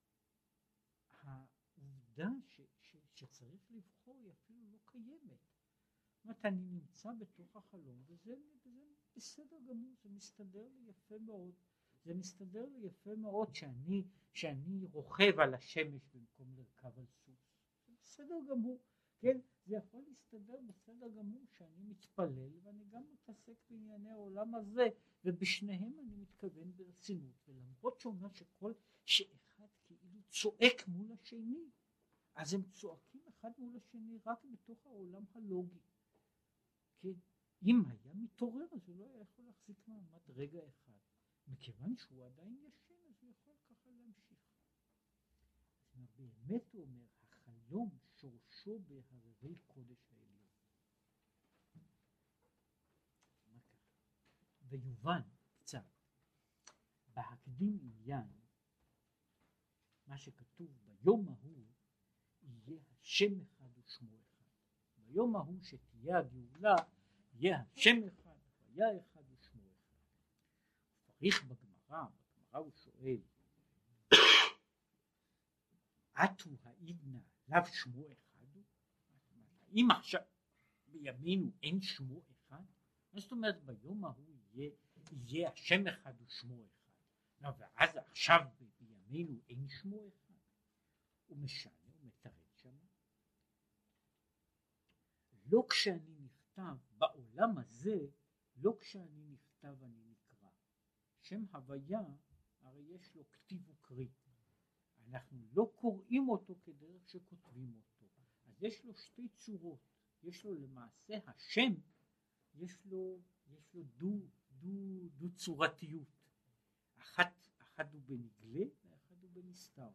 העובדה שצריך לבחור היא אפילו לא קיימת. זאת אומרת, אני נמצא בתוך החלום וזה בסדר גמור, זה מסתדר לי יפה מאוד. זה מסתדר לי יפה מאוד שאני רוכב על השמש במקום לרכב על סוס. זה בסדר גמור, כן? זה יכול להסתדר בסדר גמור שאני מתפלל ואני גם מתעסק בענייני העולם הזה, ובשניהם אני מתכוון ברצינות, ולמרות שאומר שאחד כאילו צועק מול השני, אז הם צועקים אחד מול השני רק בתוך העולם הלוגי, כן? אם היה מתעורר אז הוא לא היה יכול להחזיק מעמד רגע אחד, מכיוון שהוא עדיין ישן אז הוא יכול ככה להמשיך. אז באמת הוא אומר, החלום שורשו בהררי קודש העליון. מה ככה? ויובן קצת בהקדים עניין מה שכתוב ביום ההוא יהיה השם אחד ושמו אחד. ביום ההוא שתהיה הגאולה יהיה השם אחד והיה אחד ושמו אחד. פריך בגמרא הוא שואל, עטו העידנא לאו שמו אחד? האם עכשיו בימינו אין שמו אחד? מה זאת אומרת ביום ההוא יהיה השם אחד ושמו אחד? ואז עכשיו בימינו אין שמו אחד? הוא משנה, הוא מתרד שם. לא כשאני נכתב בעולם הזה לא כשאני נכתב אני נקרא. שם הוויה הרי יש לו כתיב וקריא. אנחנו לא קוראים אותו כדרך שכותבים אותו. אז יש לו שתי צורות. יש לו למעשה השם, יש לו דו צורתיות. אחד הוא בנגלה ואחד הוא בנסתר.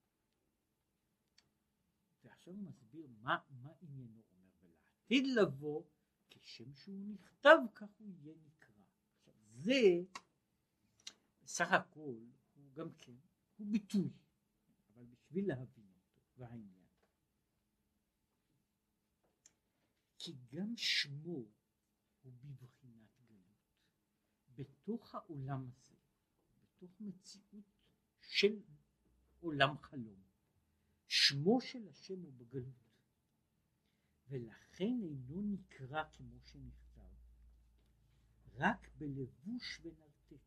ועכשיו הוא מסביר מה עניינו אומר, ולעתיד לבוא כשם שהוא נכתב כך הוא יהיה נקרא. עכשיו זה סך הכל הוא גם כן, הוא ביטוי, אבל בשביל להבין אותו והעניין. כי גם שמו הוא בבחינת גלות. בתוך העולם הזה, בתוך מציאות של עולם חלום, שמו של השם הוא בגלות, ולכן אינו נקרא כמו שנכתב, רק בלבוש ונרתק.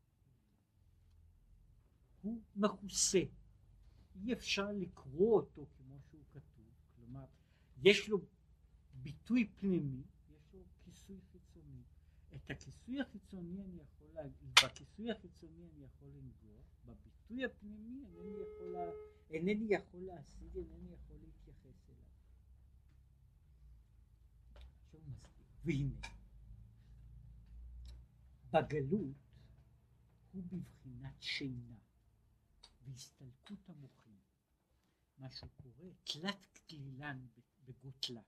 הוא מכוסה, אי אפשר לקרוא אותו כמו שהוא כתוב, כלומר יש לו ביטוי פנימי, יש לו כיסוי חיצוני. את הכיסוי החיצוני אני יכול בכיסוי החיצוני אני יכול לנגוע, בביטוי הפנימי אינני יכול להשיג, אינני יכול להתייחס אליו. עכשיו מסביר, והנה בגלות הוא בבחינת שינה והסתלקות המוחים, מה שקורא תלת כלילן בגותלת.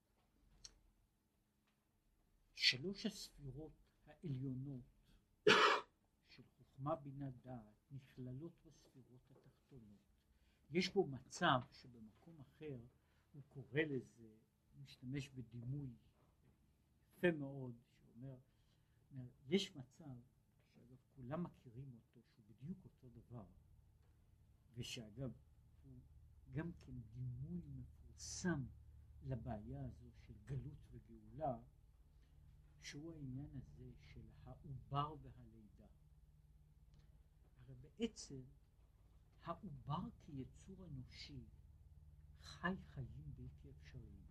שלוש הספירות העליונות של חוכמה בינה דעת נכללות בספירות התחתונות. יש בו מצב שבמקום אחר הוא קורא לזה, הוא משתמש בדימוי יפה מאוד, שאומר, יש מצב שאגב כולם מכירים אותו, שהוא בדיוק אותו דבר, ושאגב הוא גם כן דימוי מפורסם לבעיה הזו של גלות וגאולה, שהוא העניין הזה של העובר והלידה. הרי בעצם העובר כיצור אנושי חי חיים בלתי אפשריים.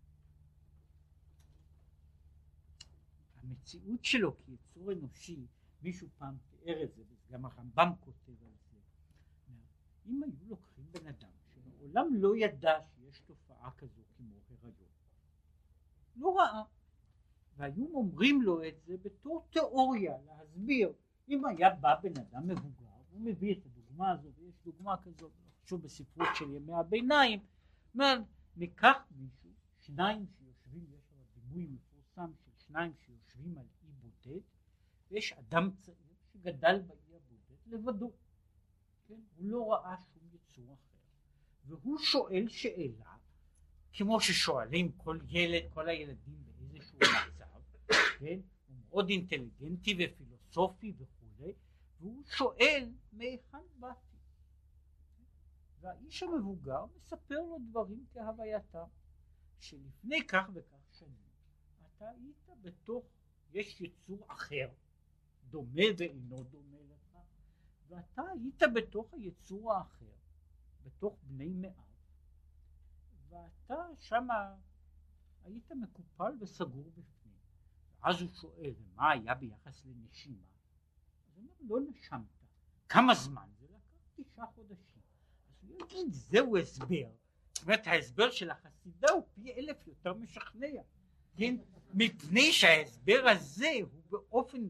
המציאות שלו כיצור אנושי, מישהו פעם תיאר את זה, וגם הרמב"ם כותב על זה, אם היו לוקחים בן אדם שמעולם לא ידע שיש תופעה כזו כמו הריון, לא ראה, והיו אומרים לו את זה בתור תיאוריה להסביר, אם היה בא בן אדם מבוגר, הוא מביא את הדוגמה הזו, ויש דוגמה כזו, שוב בספרות של ימי הביניים, ניקח מישהו, שניים שיושבים, יש לו דימוי מפורסם של שניים שיושבים על אי בודד, ויש אדם צעיר שגדל באי הבודד לבדו, כן? הוא לא ראה שום יצור אחר, והוא שואל שאלה, כמו ששואלים כל הילדים באיזשהו מצב, כן? הוא מאוד אינטליגנטי ופילוסופי וכו', והוא שואל מהיכן באתי, והאיש המבוגר מספר לו דברים כהווייתם, שלפני כך וכך שנים אתה היית בתוך, יש יצור אחר דומה ואינו דומה לך, ואתה היית בתוך היצור האחר, בתוך בני מאב, ואתה שמה היית מקופל וסגור בפנים. ואז הוא שואל, מה היה ביחס לנשימה? אז הוא אומר, לא נשמת. כמה זמן? זה לקח 9 חודשים. אז הוא יגיד, זהו הסבר. זאת אומרת, ההסבר של החסידה הוא פי 1000 יותר משכנע. כן? מפני שההסבר הזה הוא באופן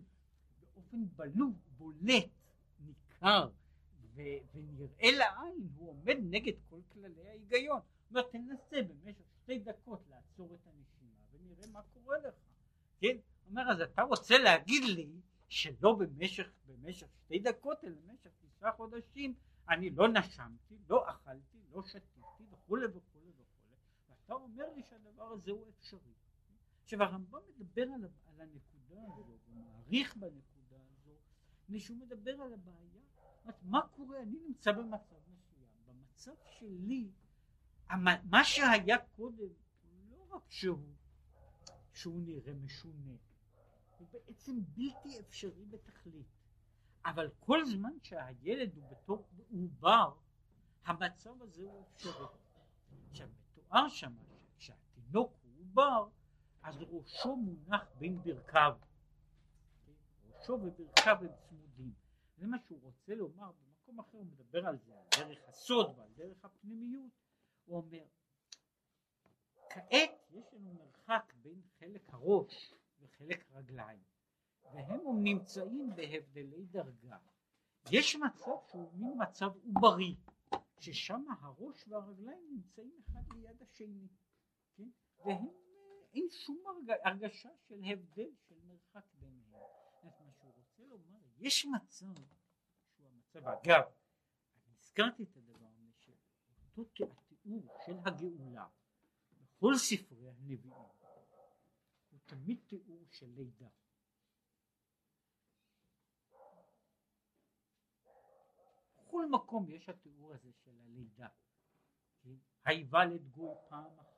בולט, ניכר, ונראה לעין, הוא עומד נגד כל כללי ההיגיון. זאת אומרת, תנסה במשך 2 דקות לעצור את הנשימה ונראה מה קורה לך. כן? אומר, אז אתה רוצה להגיד לי שלא במשך 2 דקות, אלא במשך 9 חודשים אני לא נשמתי, לא אכלתי, לא שתיתי וכו' וכו' וכו', ואתה אומר לי שהדבר הזה הוא אפשרי. עכשיו הרמב"ם מדבר על הנקודה הזו, הוא מעריך בנקודה הזו, שהוא מדבר על הבעיה, מה קורה, אני נמצא במצב מסוים, במצב שלי, מה שהיה קודם, לא רק שהוא נראה משונה, הוא בעצם בלתי אפשרי בתכלית, אבל כל זמן שהילד הוא בתור עובר, המצב הזה הוא אפשרי. עכשיו מתואר שם, כשהתינוק הוא עובר, אז ראשו מונח בין ברכיו, ראשו וברכיו הם צמודים. זה מה שהוא רוצה לומר. במקום אחר הוא מדבר על זה, על דרך הסוד ועל דרך הפנימיות. הוא אומר, כעת יש לנו מרחק בין חלק הראש וחלק הרגליים, והם נמצאים בהבדלי דרגה. יש מצב שהוא מין מצב עוברי, ששם הראש והרגליים נמצאים אחד ליד השני, כן? והם אין שום הרגשה של הבדל, של מרחק ביניהם. מה שהוא רוצה לומר, יש מצב שהוא המצב, אגב, אני הזכרתי את הדבר הזה, שאותו התיאור של הגאולה בכל ספרי הנביאים הוא תמיד תיאור של לידה. בכל מקום יש התיאור הזה של הלידה, כן? היוולד גוי פעם אחת.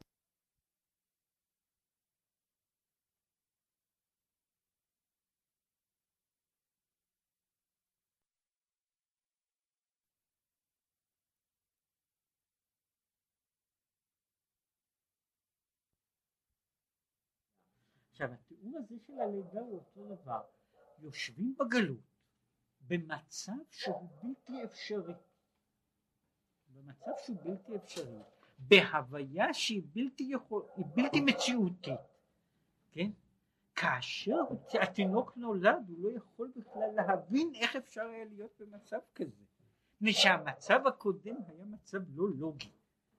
עכשיו התיאור הזה של הלידה הוא אותו דבר, יושבים בגלות במצב שהוא בלתי אפשרי, במצב שהוא בלתי אפשרי, בהוויה שהיא בלתי מציאותית, כן? כאשר התינוק נולד הוא לא יכול בכלל להבין איך אפשר היה להיות במצב כזה, מפני שהמצב הקודם היה מצב לא לוגי.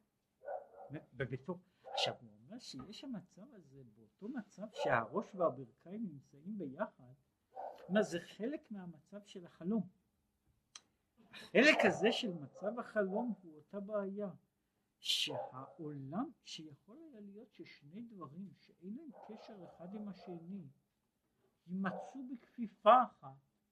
עכשיו הוא אומר שיש המצב הזה, באותו מצב שהראש והברכיים נמצאים ביחד, מה זה חלק מהמצב של החלום. החלק הזה של מצב החלום הוא אותה בעיה, שהעולם שיכול היה להיות ששני דברים שאין להם קשר אחד עם השני יימצאו בכפיפה אחת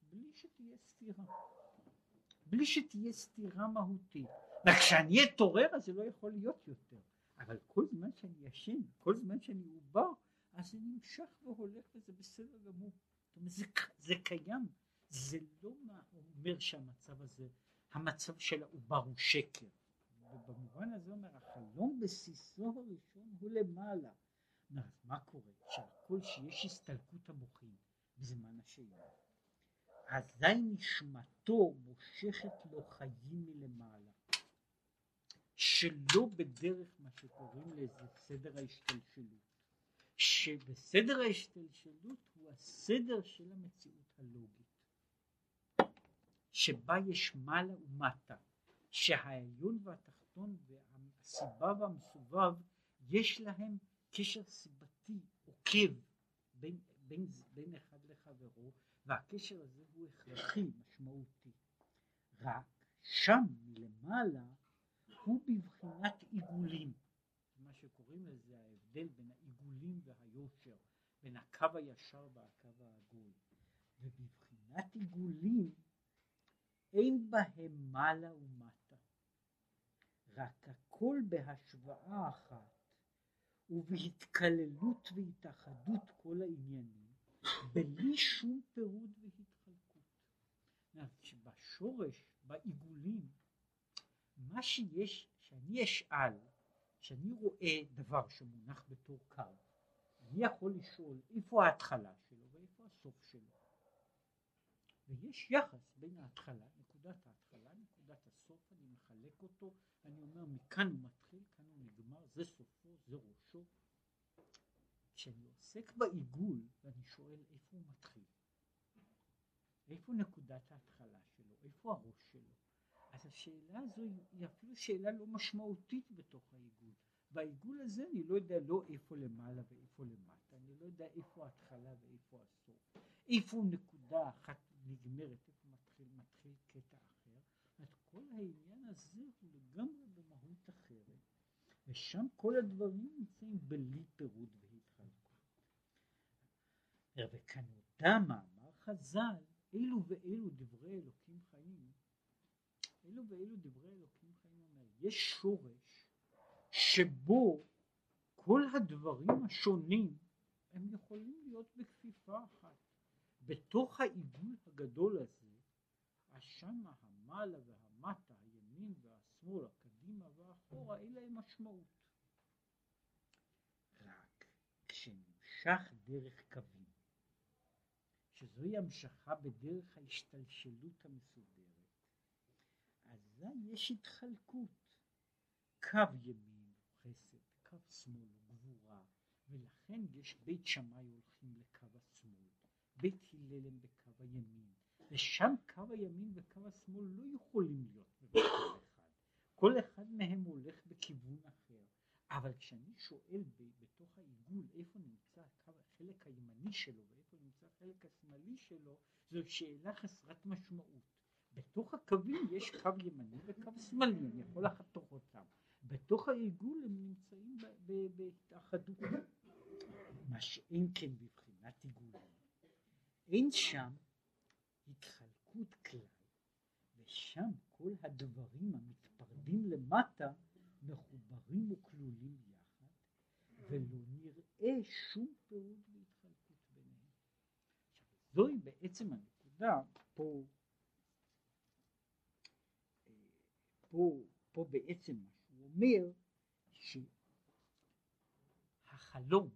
בלי שתהיה סתירה מהותית. וכשאני אתעורר אז זה לא יכול להיות יותר, אבל כל זמן שאני ישן, כל זמן שאני עובר, אז זה נמשך והולך וזה בסדר גמור. זאת אומרת, זה קיים, זה לא אומר שהמצב הזה, המצב של העובר הוא שקר. ובמובן הזה אומר, החלום בסיסו הראשון הוא למעלה. אז מה קורה? שהכל שיש הסתלקות המוחין בזמן השינה, אזי נשמתו מושכת לו חיים מלמעלה, שלא בדרך מה שקוראים לזה סדר ההשתלשלות, שבסדר ההשתלשלות הוא הסדר של המציאות הלוגית, שבה יש מעלה ומטה, שהעליון והתחתון והסיבה והמסובב יש להם קשר סיבתי עוקב בין אחד לחברו, והקשר הזה הוא הכרחי, משמעותי. רק שם מלמעלה הוא בבחינת עיגולים, מה שקוראים לזה ההבדל בין העיגולים והיושר, בין הקו הישר והקו העגול. ובבחינת עיגולים אין בהם מעלה ומטה, רק הכל בהשוואה אחת ובהתכללות והתאחדות כל העניינים, בלי שום פירוד והתחלקות. בשורש, בעיגולים, מה שיש, שאני אשאל, שאני רואה דבר שמונח בתור קו, אני יכול לשאול איפה ההתחלה שלו ואיפה הסוף שלו. ויש יחס בין ההתחלה, נקודת ההתחלה, נקודת הסוף, אני מחלק אותו, אני אומר מכאן הוא מתחיל, כאן הוא נגמר, זה סופו, זה ראשו. כשאני עוסק בעיגול ואני שואל איפה הוא מתחיל, איפה נקודת ההתחלה שלו, איפה הראש שלו, אז השאלה הזו היא אפילו שאלה לא משמעותית בתוך העיגול. בעיגול הזה אני לא יודע לא איפה למעלה ואיפה למטה, אני לא יודע איפה ההתחלה ואיפה הסוף, איפה נקודה אחת נגמרת, איפה מתחיל קטע אחר. אז כל העניין הזה הוא לגמרי במהות אחרת, ושם כל הדברים נמצאים בלי פירוד והתחלקות. וכאן הודע מאמר חז"ל, אילו ואילו דברי אלוקים חיים, אלו ואילו דברי אלוקים חיים, אומר, יש שורש שבו כל הדברים השונים הם יכולים להיות בכפיפה אחת. בתוך העיגול הגדול הזה, השמה, המעלה והמטה, הימין והשמאל, הקדימה והאחורה, אין להם משמעות. רק כשנמשך דרך קווים, שזוהי המשכה בדרך ההשתלשלות המסודרת. אזי יש התחלקות, קו ימין חסד, קו שמאל גבורה, ולכן יש בית שמאי הולכים לקו השמאל, בית הלל הם בקו הימין, ושם קו הימין וקו השמאל לא יכולים להיות במקום אחד, כל אחד מהם הולך בכיוון אחר. אבל כשאני שואל בתוך העיגול איפה נמצא החלק הימני שלו ואיפה נמצא החלק השמאלי שלו, זו שאלה חסרת משמעות. בתוך הקווים יש קו ימני וקו שמאלי, אני יכול לחתוך אותם. בתוך העיגול הם נמצאים בהתאחדות. מה שאין כן בבחינת עיגולים, אין שם התחלקות כלל, ושם כל הדברים המתפרדים למטה מחוברים וכלולים יחד, ולא נראה שום פירוד והתחלקות ביניהם. זוהי בעצם הנקודה. פה בעצם מה שהוא אומר, שהחלום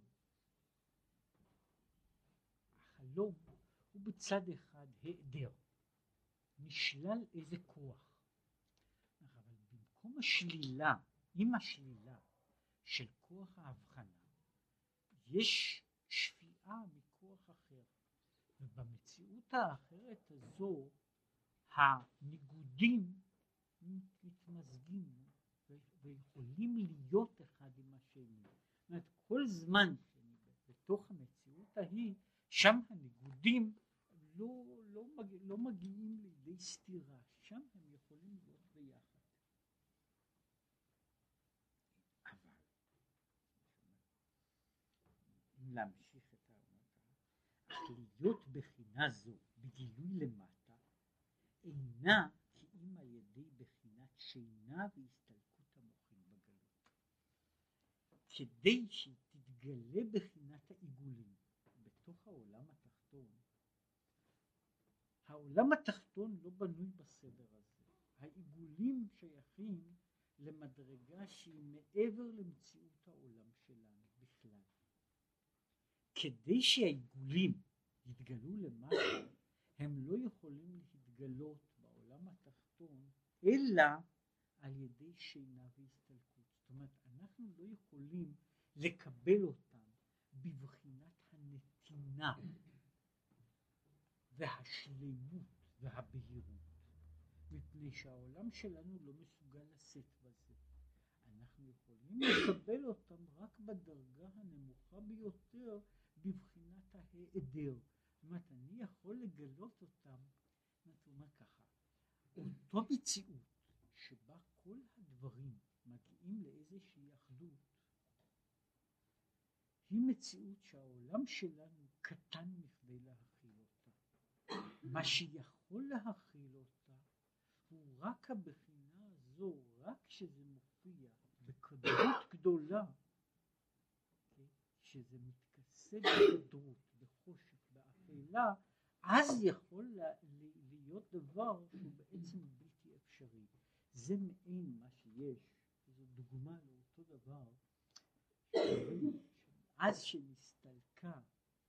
הוא בצד אחד היעדר, נשלל איזה כוח, אבל במקום השלילה, עם השלילה של כוח ההבחנה, יש שפיעה מכוח אחר, ובמציאות האחרת הזו הניגודים מתמזגים ויכולים להיות אחד עם השני. זאת אומרת, כל זמן בתוך המציאות ההיא, שם הניגודים לא מגיעים לידי סתירה, שם הם יכולים להיות ביחד. אבל אם להמשיך את העמדה, אך להיות בחינה זו בגילוי למטה אינה כי אם על ידי בחינת שינה והסתלקות המוחין בגלות. כדי שהיא תתגלה בחינת העיגולים בתוך העולם התחתון, העולם התחתון לא בנוי בסדר הזה. העיגולים שייכים למדרגה שהיא מעבר למציאות העולם שלנו בכלל. כדי שהעיגולים יתגלו למטה, הם לא יכולים להתגלות בעולם התחתון אלא על ידי שינה והסתלקות. זאת אומרת, אנחנו לא יכולים לקבל אותם בבחינת הנתינה והשלמות והבהירות, מפני שהעולם שלנו לא מסוגל לשאת בזה. אנחנו יכולים לקבל אותם רק בדרגה הנמוכה ביותר, בבחינת ההיעדר. זאת אומרת, אני יכול לגלות אותם, זאת אומרת ככה, אותו מציאות שבה כל הדברים מגיעים לאיזושהי אחדות, היא מציאות שהעולם שלנו קטן מכדי להכיל אותה. מה שיכול להכיל אותה הוא רק הבחינה הזו, רק שזה מופיע בקדרות גדולה, שזה מתכסה בקדרות, בחושך, באפלה, אז יכול להיות דבר שהוא בעצם בלתי אפשרי. זה מעין מה שיש, זו דוגמה לאותו דבר, אז שנסתלקה,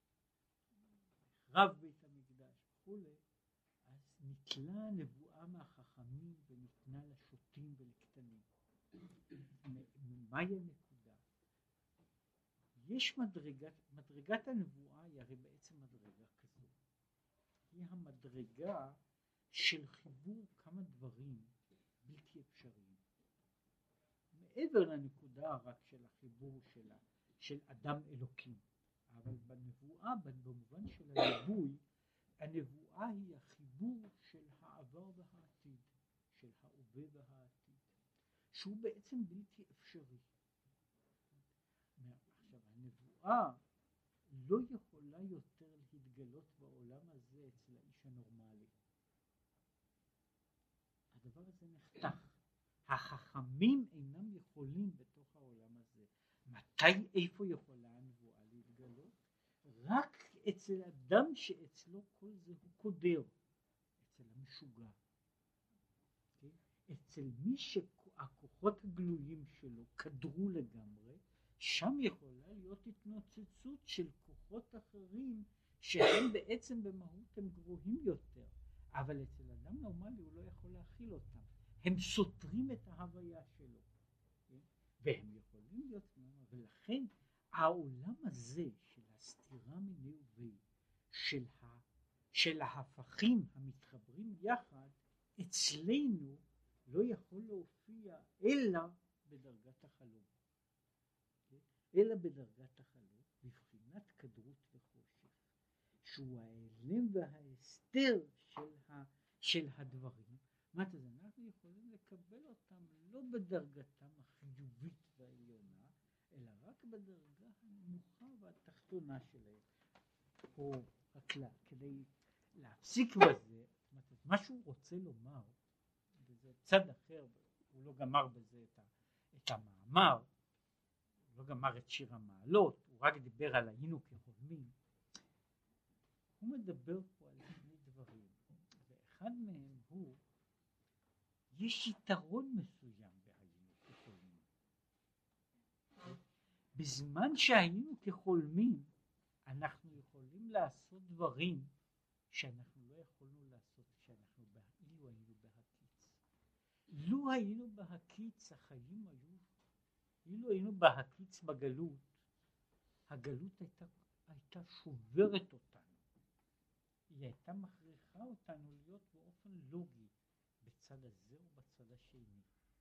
רב בית המקדש וכולי, אז נתלה נבואה מהחכמים וניתנה לשוטים ולקטנים. מהי הנקודה? יש מדרגת הנבואה היא הרי בעצם מדרגה כזו. היא המדרגה של חיבור כמה דברים בלתי אפשריים. מעבר לנקודה רק של החיבור של אדם אלוקים. אבל בנבואה, במובן של הליבוי, הנבואה היא החיבור של העבר והעתיד, של ההווה והעתיד, שהוא בעצם בלתי אפשרי. עכשיו, הנבואה לא יכולה יותר להתגלות בעולם הזה אצל האיש הנורמלי. הדבר הזה נחתך. החכמים אינם יכולים בתוך העולם הזה. מתי, איפה יכולה הנבואה להתגלות? רק אצל אדם שאצלו כל זה הוא קודר, אצל המשוגע. אצל מי שהכוחות הגלויים שלו קדרו לגמרי, שם יכולה להיות התנוצצות של כוחות אחרים שהם בעצם במהות הם גבוהים יותר, אבל אצל אדם נורמלי הוא לא יכול להכיל אותם, הם סותרים את ההוויה שלו, והם יכולים להיות, ולכן העולם הזה של הסתירה מיני ובי, של ההפכים המתחברים יחד, אצלנו לא יכול להופיע אלא בדרגת החלום, אלא בדרגת החלום, בבחינת כדרות וחושך, שהוא ההיעלם וההסתר של הדברים. מה זה? אנחנו יכולים לקבל אותם לא בדרגתם החיובית והעליונה, אלא רק בדרגה הנמוכה והתחתונה שלהם. או רק כדי להפסיק בזה, מה שהוא רוצה לומר, וזה צד אחר, הוא לא גמר בזה את המאמר, הוא לא גמר את שיר המעלות, הוא רק דיבר על היינו כחולמים. הוא מדבר פה על שני דברים, ואחד מהם הוא, יש יתרון מסוים בהיינו כחולמים. בזמן שהיינו כחולמים, אנחנו יכולים לעשות דברים שאנחנו לא יכולנו לעשות כשאנחנו אילו היינו בהקיץ. לו היינו בהקיץ, החיים היו, אילו היינו בהקיץ בגלות, הגלות הייתה שוברת אותנו. היא הייתה מכריחה אותנו להיות באופן לוגי בצד הזה או בצד השני.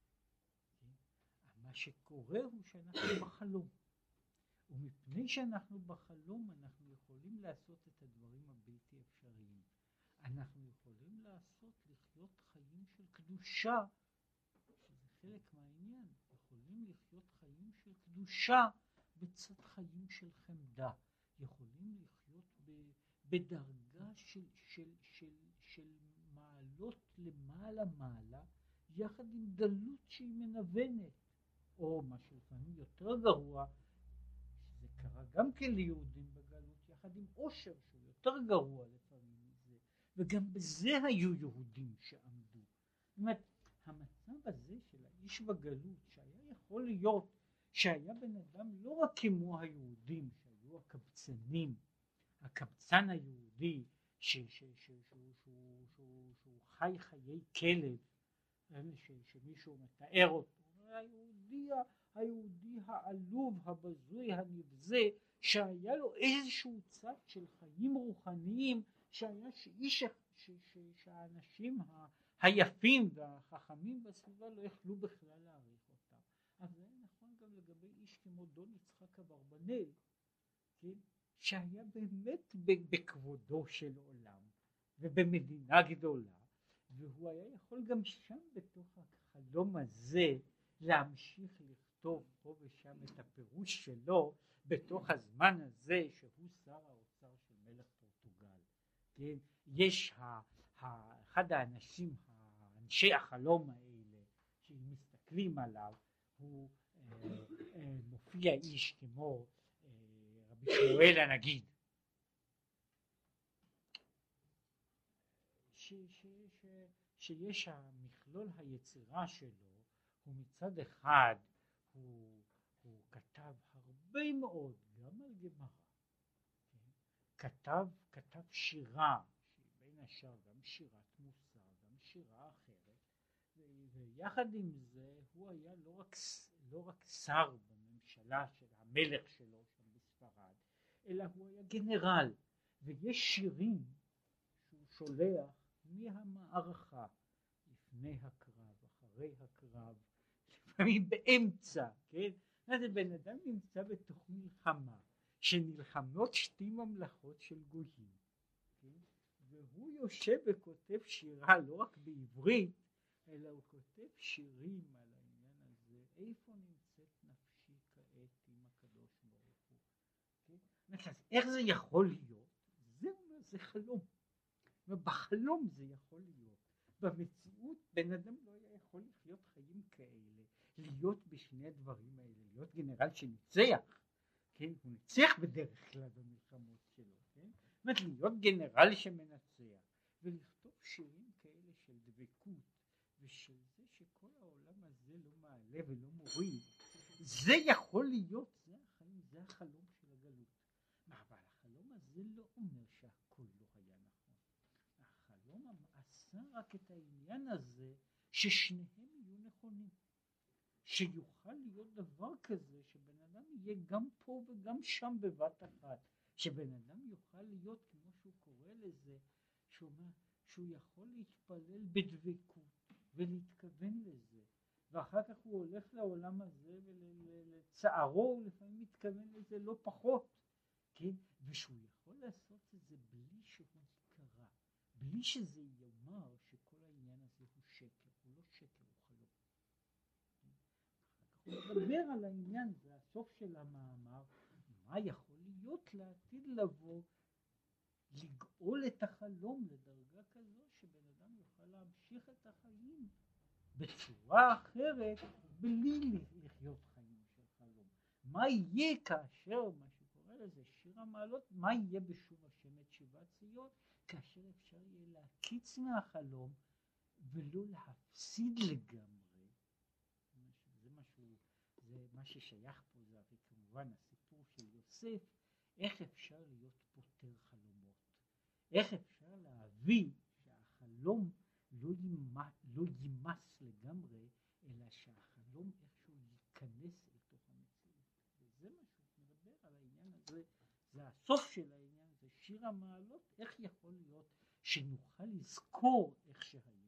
מה שקורה הוא שאנחנו בחלום. ומפני שאנחנו בחלום אנחנו יכולים לעשות את הדברים הבלתי אפשריים. אנחנו יכולים לחיות חיים של קדושה, שזה חלק מהעניין. יכולים לחיות חיים של קדושה בצד חיים של חמדה. יכולים לחיות בדרגה של מעלות למעלה מעלה, יחד עם דלות שהיא מנוונת. או מה שלפעמים יותר גרוע, זה קרה גם כן ליהודים בגלות, יחד עם עושר שהוא יותר גרוע לפעמים מזה, וגם בזה היו יהודים שעמדו. זאת אומרת, המצב הזה של האיש בגלות, שהיה יכול להיות שהיה בן אדם לא רק כמו היהודים, שהיו הקבצנים, הקבצן היהודי, שהוא חי חיי כלב, שמישהו מתאר אותו, היהודי העלוב, הבזוי, הנבזה, שהיה לו איזשהו צד של חיים רוחניים, שהיה שהאנשים היפים והחכמים בסביבה לא יכלו בכלל להעריך אותם. אבל זה נכון גם לגבי איש כמו דון יצחק אברבנאל, כן? שהיה באמת בכבודו של עולם ובמדינה גדולה, והוא היה יכול גם שם בתוך החלום הזה להמשיך לכתוב פה ושם את הפירוש שלו בתוך הזמן הזה שהוא שר האוצר של מלך פורטוגל. כן? יש אחד האנשים, אנשי החלום האלה שמסתכלים עליו, הוא מופיע איש כמו רבי שמואל הנגיד, שיש המכלול היצירה שלו, הוא מצד אחד הוא כתב הרבה מאוד גם על גמרא, כתב שירה, בין השאר גם שירת מוסר, גם שירה אחרת, ויחד עם זה הוא היה לא רק שר בממשלה של המלך שלו שם בספרד, אלא הוא היה גנרל, ויש שירים שהוא שולח מהמערכה, לפני הקרב, אחרי הקרב, לפעמים באמצע, כן? אז בן אדם נמצא בתוך מלחמה, שנלחמות שתי ממלכות של גויים, כן? והוא יושב וכותב שירה לא רק בעברית, אלא הוא כותב שירים על העניין הזה, איפה נמצאת נפשי כעת עם הקדוש ברוך הוא, כן? אז איך זה יכול להיות? זה חלום. ובחלום זה יכול להיות. במציאות בן אדם לא היה יכול לחיות חיים כאלה, להיות בשני הדברים האלה, להיות גנרל שניצח, כן? הוא ניצח בדרך כלל במלחמות שלו, כן? זאת אומרת, להיות גנרל שמנצח ולכתוב שירים כאלה של דבקות ושל זה שכל העולם הזה לא מעלה ולא מוריד, זה יכול להיות, זה החיים, זה החלום של הגלות. אבל החלום הזה לא אומר רק את העניין הזה ששניהם יהיו נכונים, שיוכל להיות דבר כזה שבן אדם יהיה גם פה וגם שם בבת אחת, שבן אדם יוכל להיות כמו שהוא קורא לזה, שהוא יכול להתפלל בדבקות ולהתכוון לזה, ואחר כך הוא הולך לעולם הזה ולצערו הוא לפעמים מתכוון לזה לא פחות, כן? ושהוא יכול לעשות את זה בלי שהוא יקרא, בלי שזה יאמר שכל העניין הזה הוא שקר, הוא לא שקר, הוא חלום. הוא מדבר על העניין, זה הסוף של המאמר, מה יכול להיות לעתיד לבוא, לגאול את החלום לדרגה כזו שבן אדם יוכל להמשיך את החיים בצורה אחרת בלי לחיות חיים של חלום. מה יהיה כאשר, מה שקורא לזה שיר המעלות, מה יהיה בשוב השם את שיבת ציון, כאשר אפשר יהיה להקיץ מהחלום ולא להפסיד לגמרי. זה מה ששייך פה, זה הרי כמובן הסיפור של יוסף, איך אפשר להיות פותר חלומות, איך אפשר להביא שהחלום לא יימס לגמרי, אלא שהחלום איכשהו ייכנס לתוך המציאות. וזה מה שהוא מדבר על העניין הזה, זה הסוף של העניין, זה שיר המעלות, איך יכול להיות שנוכל לזכור איך שהיה.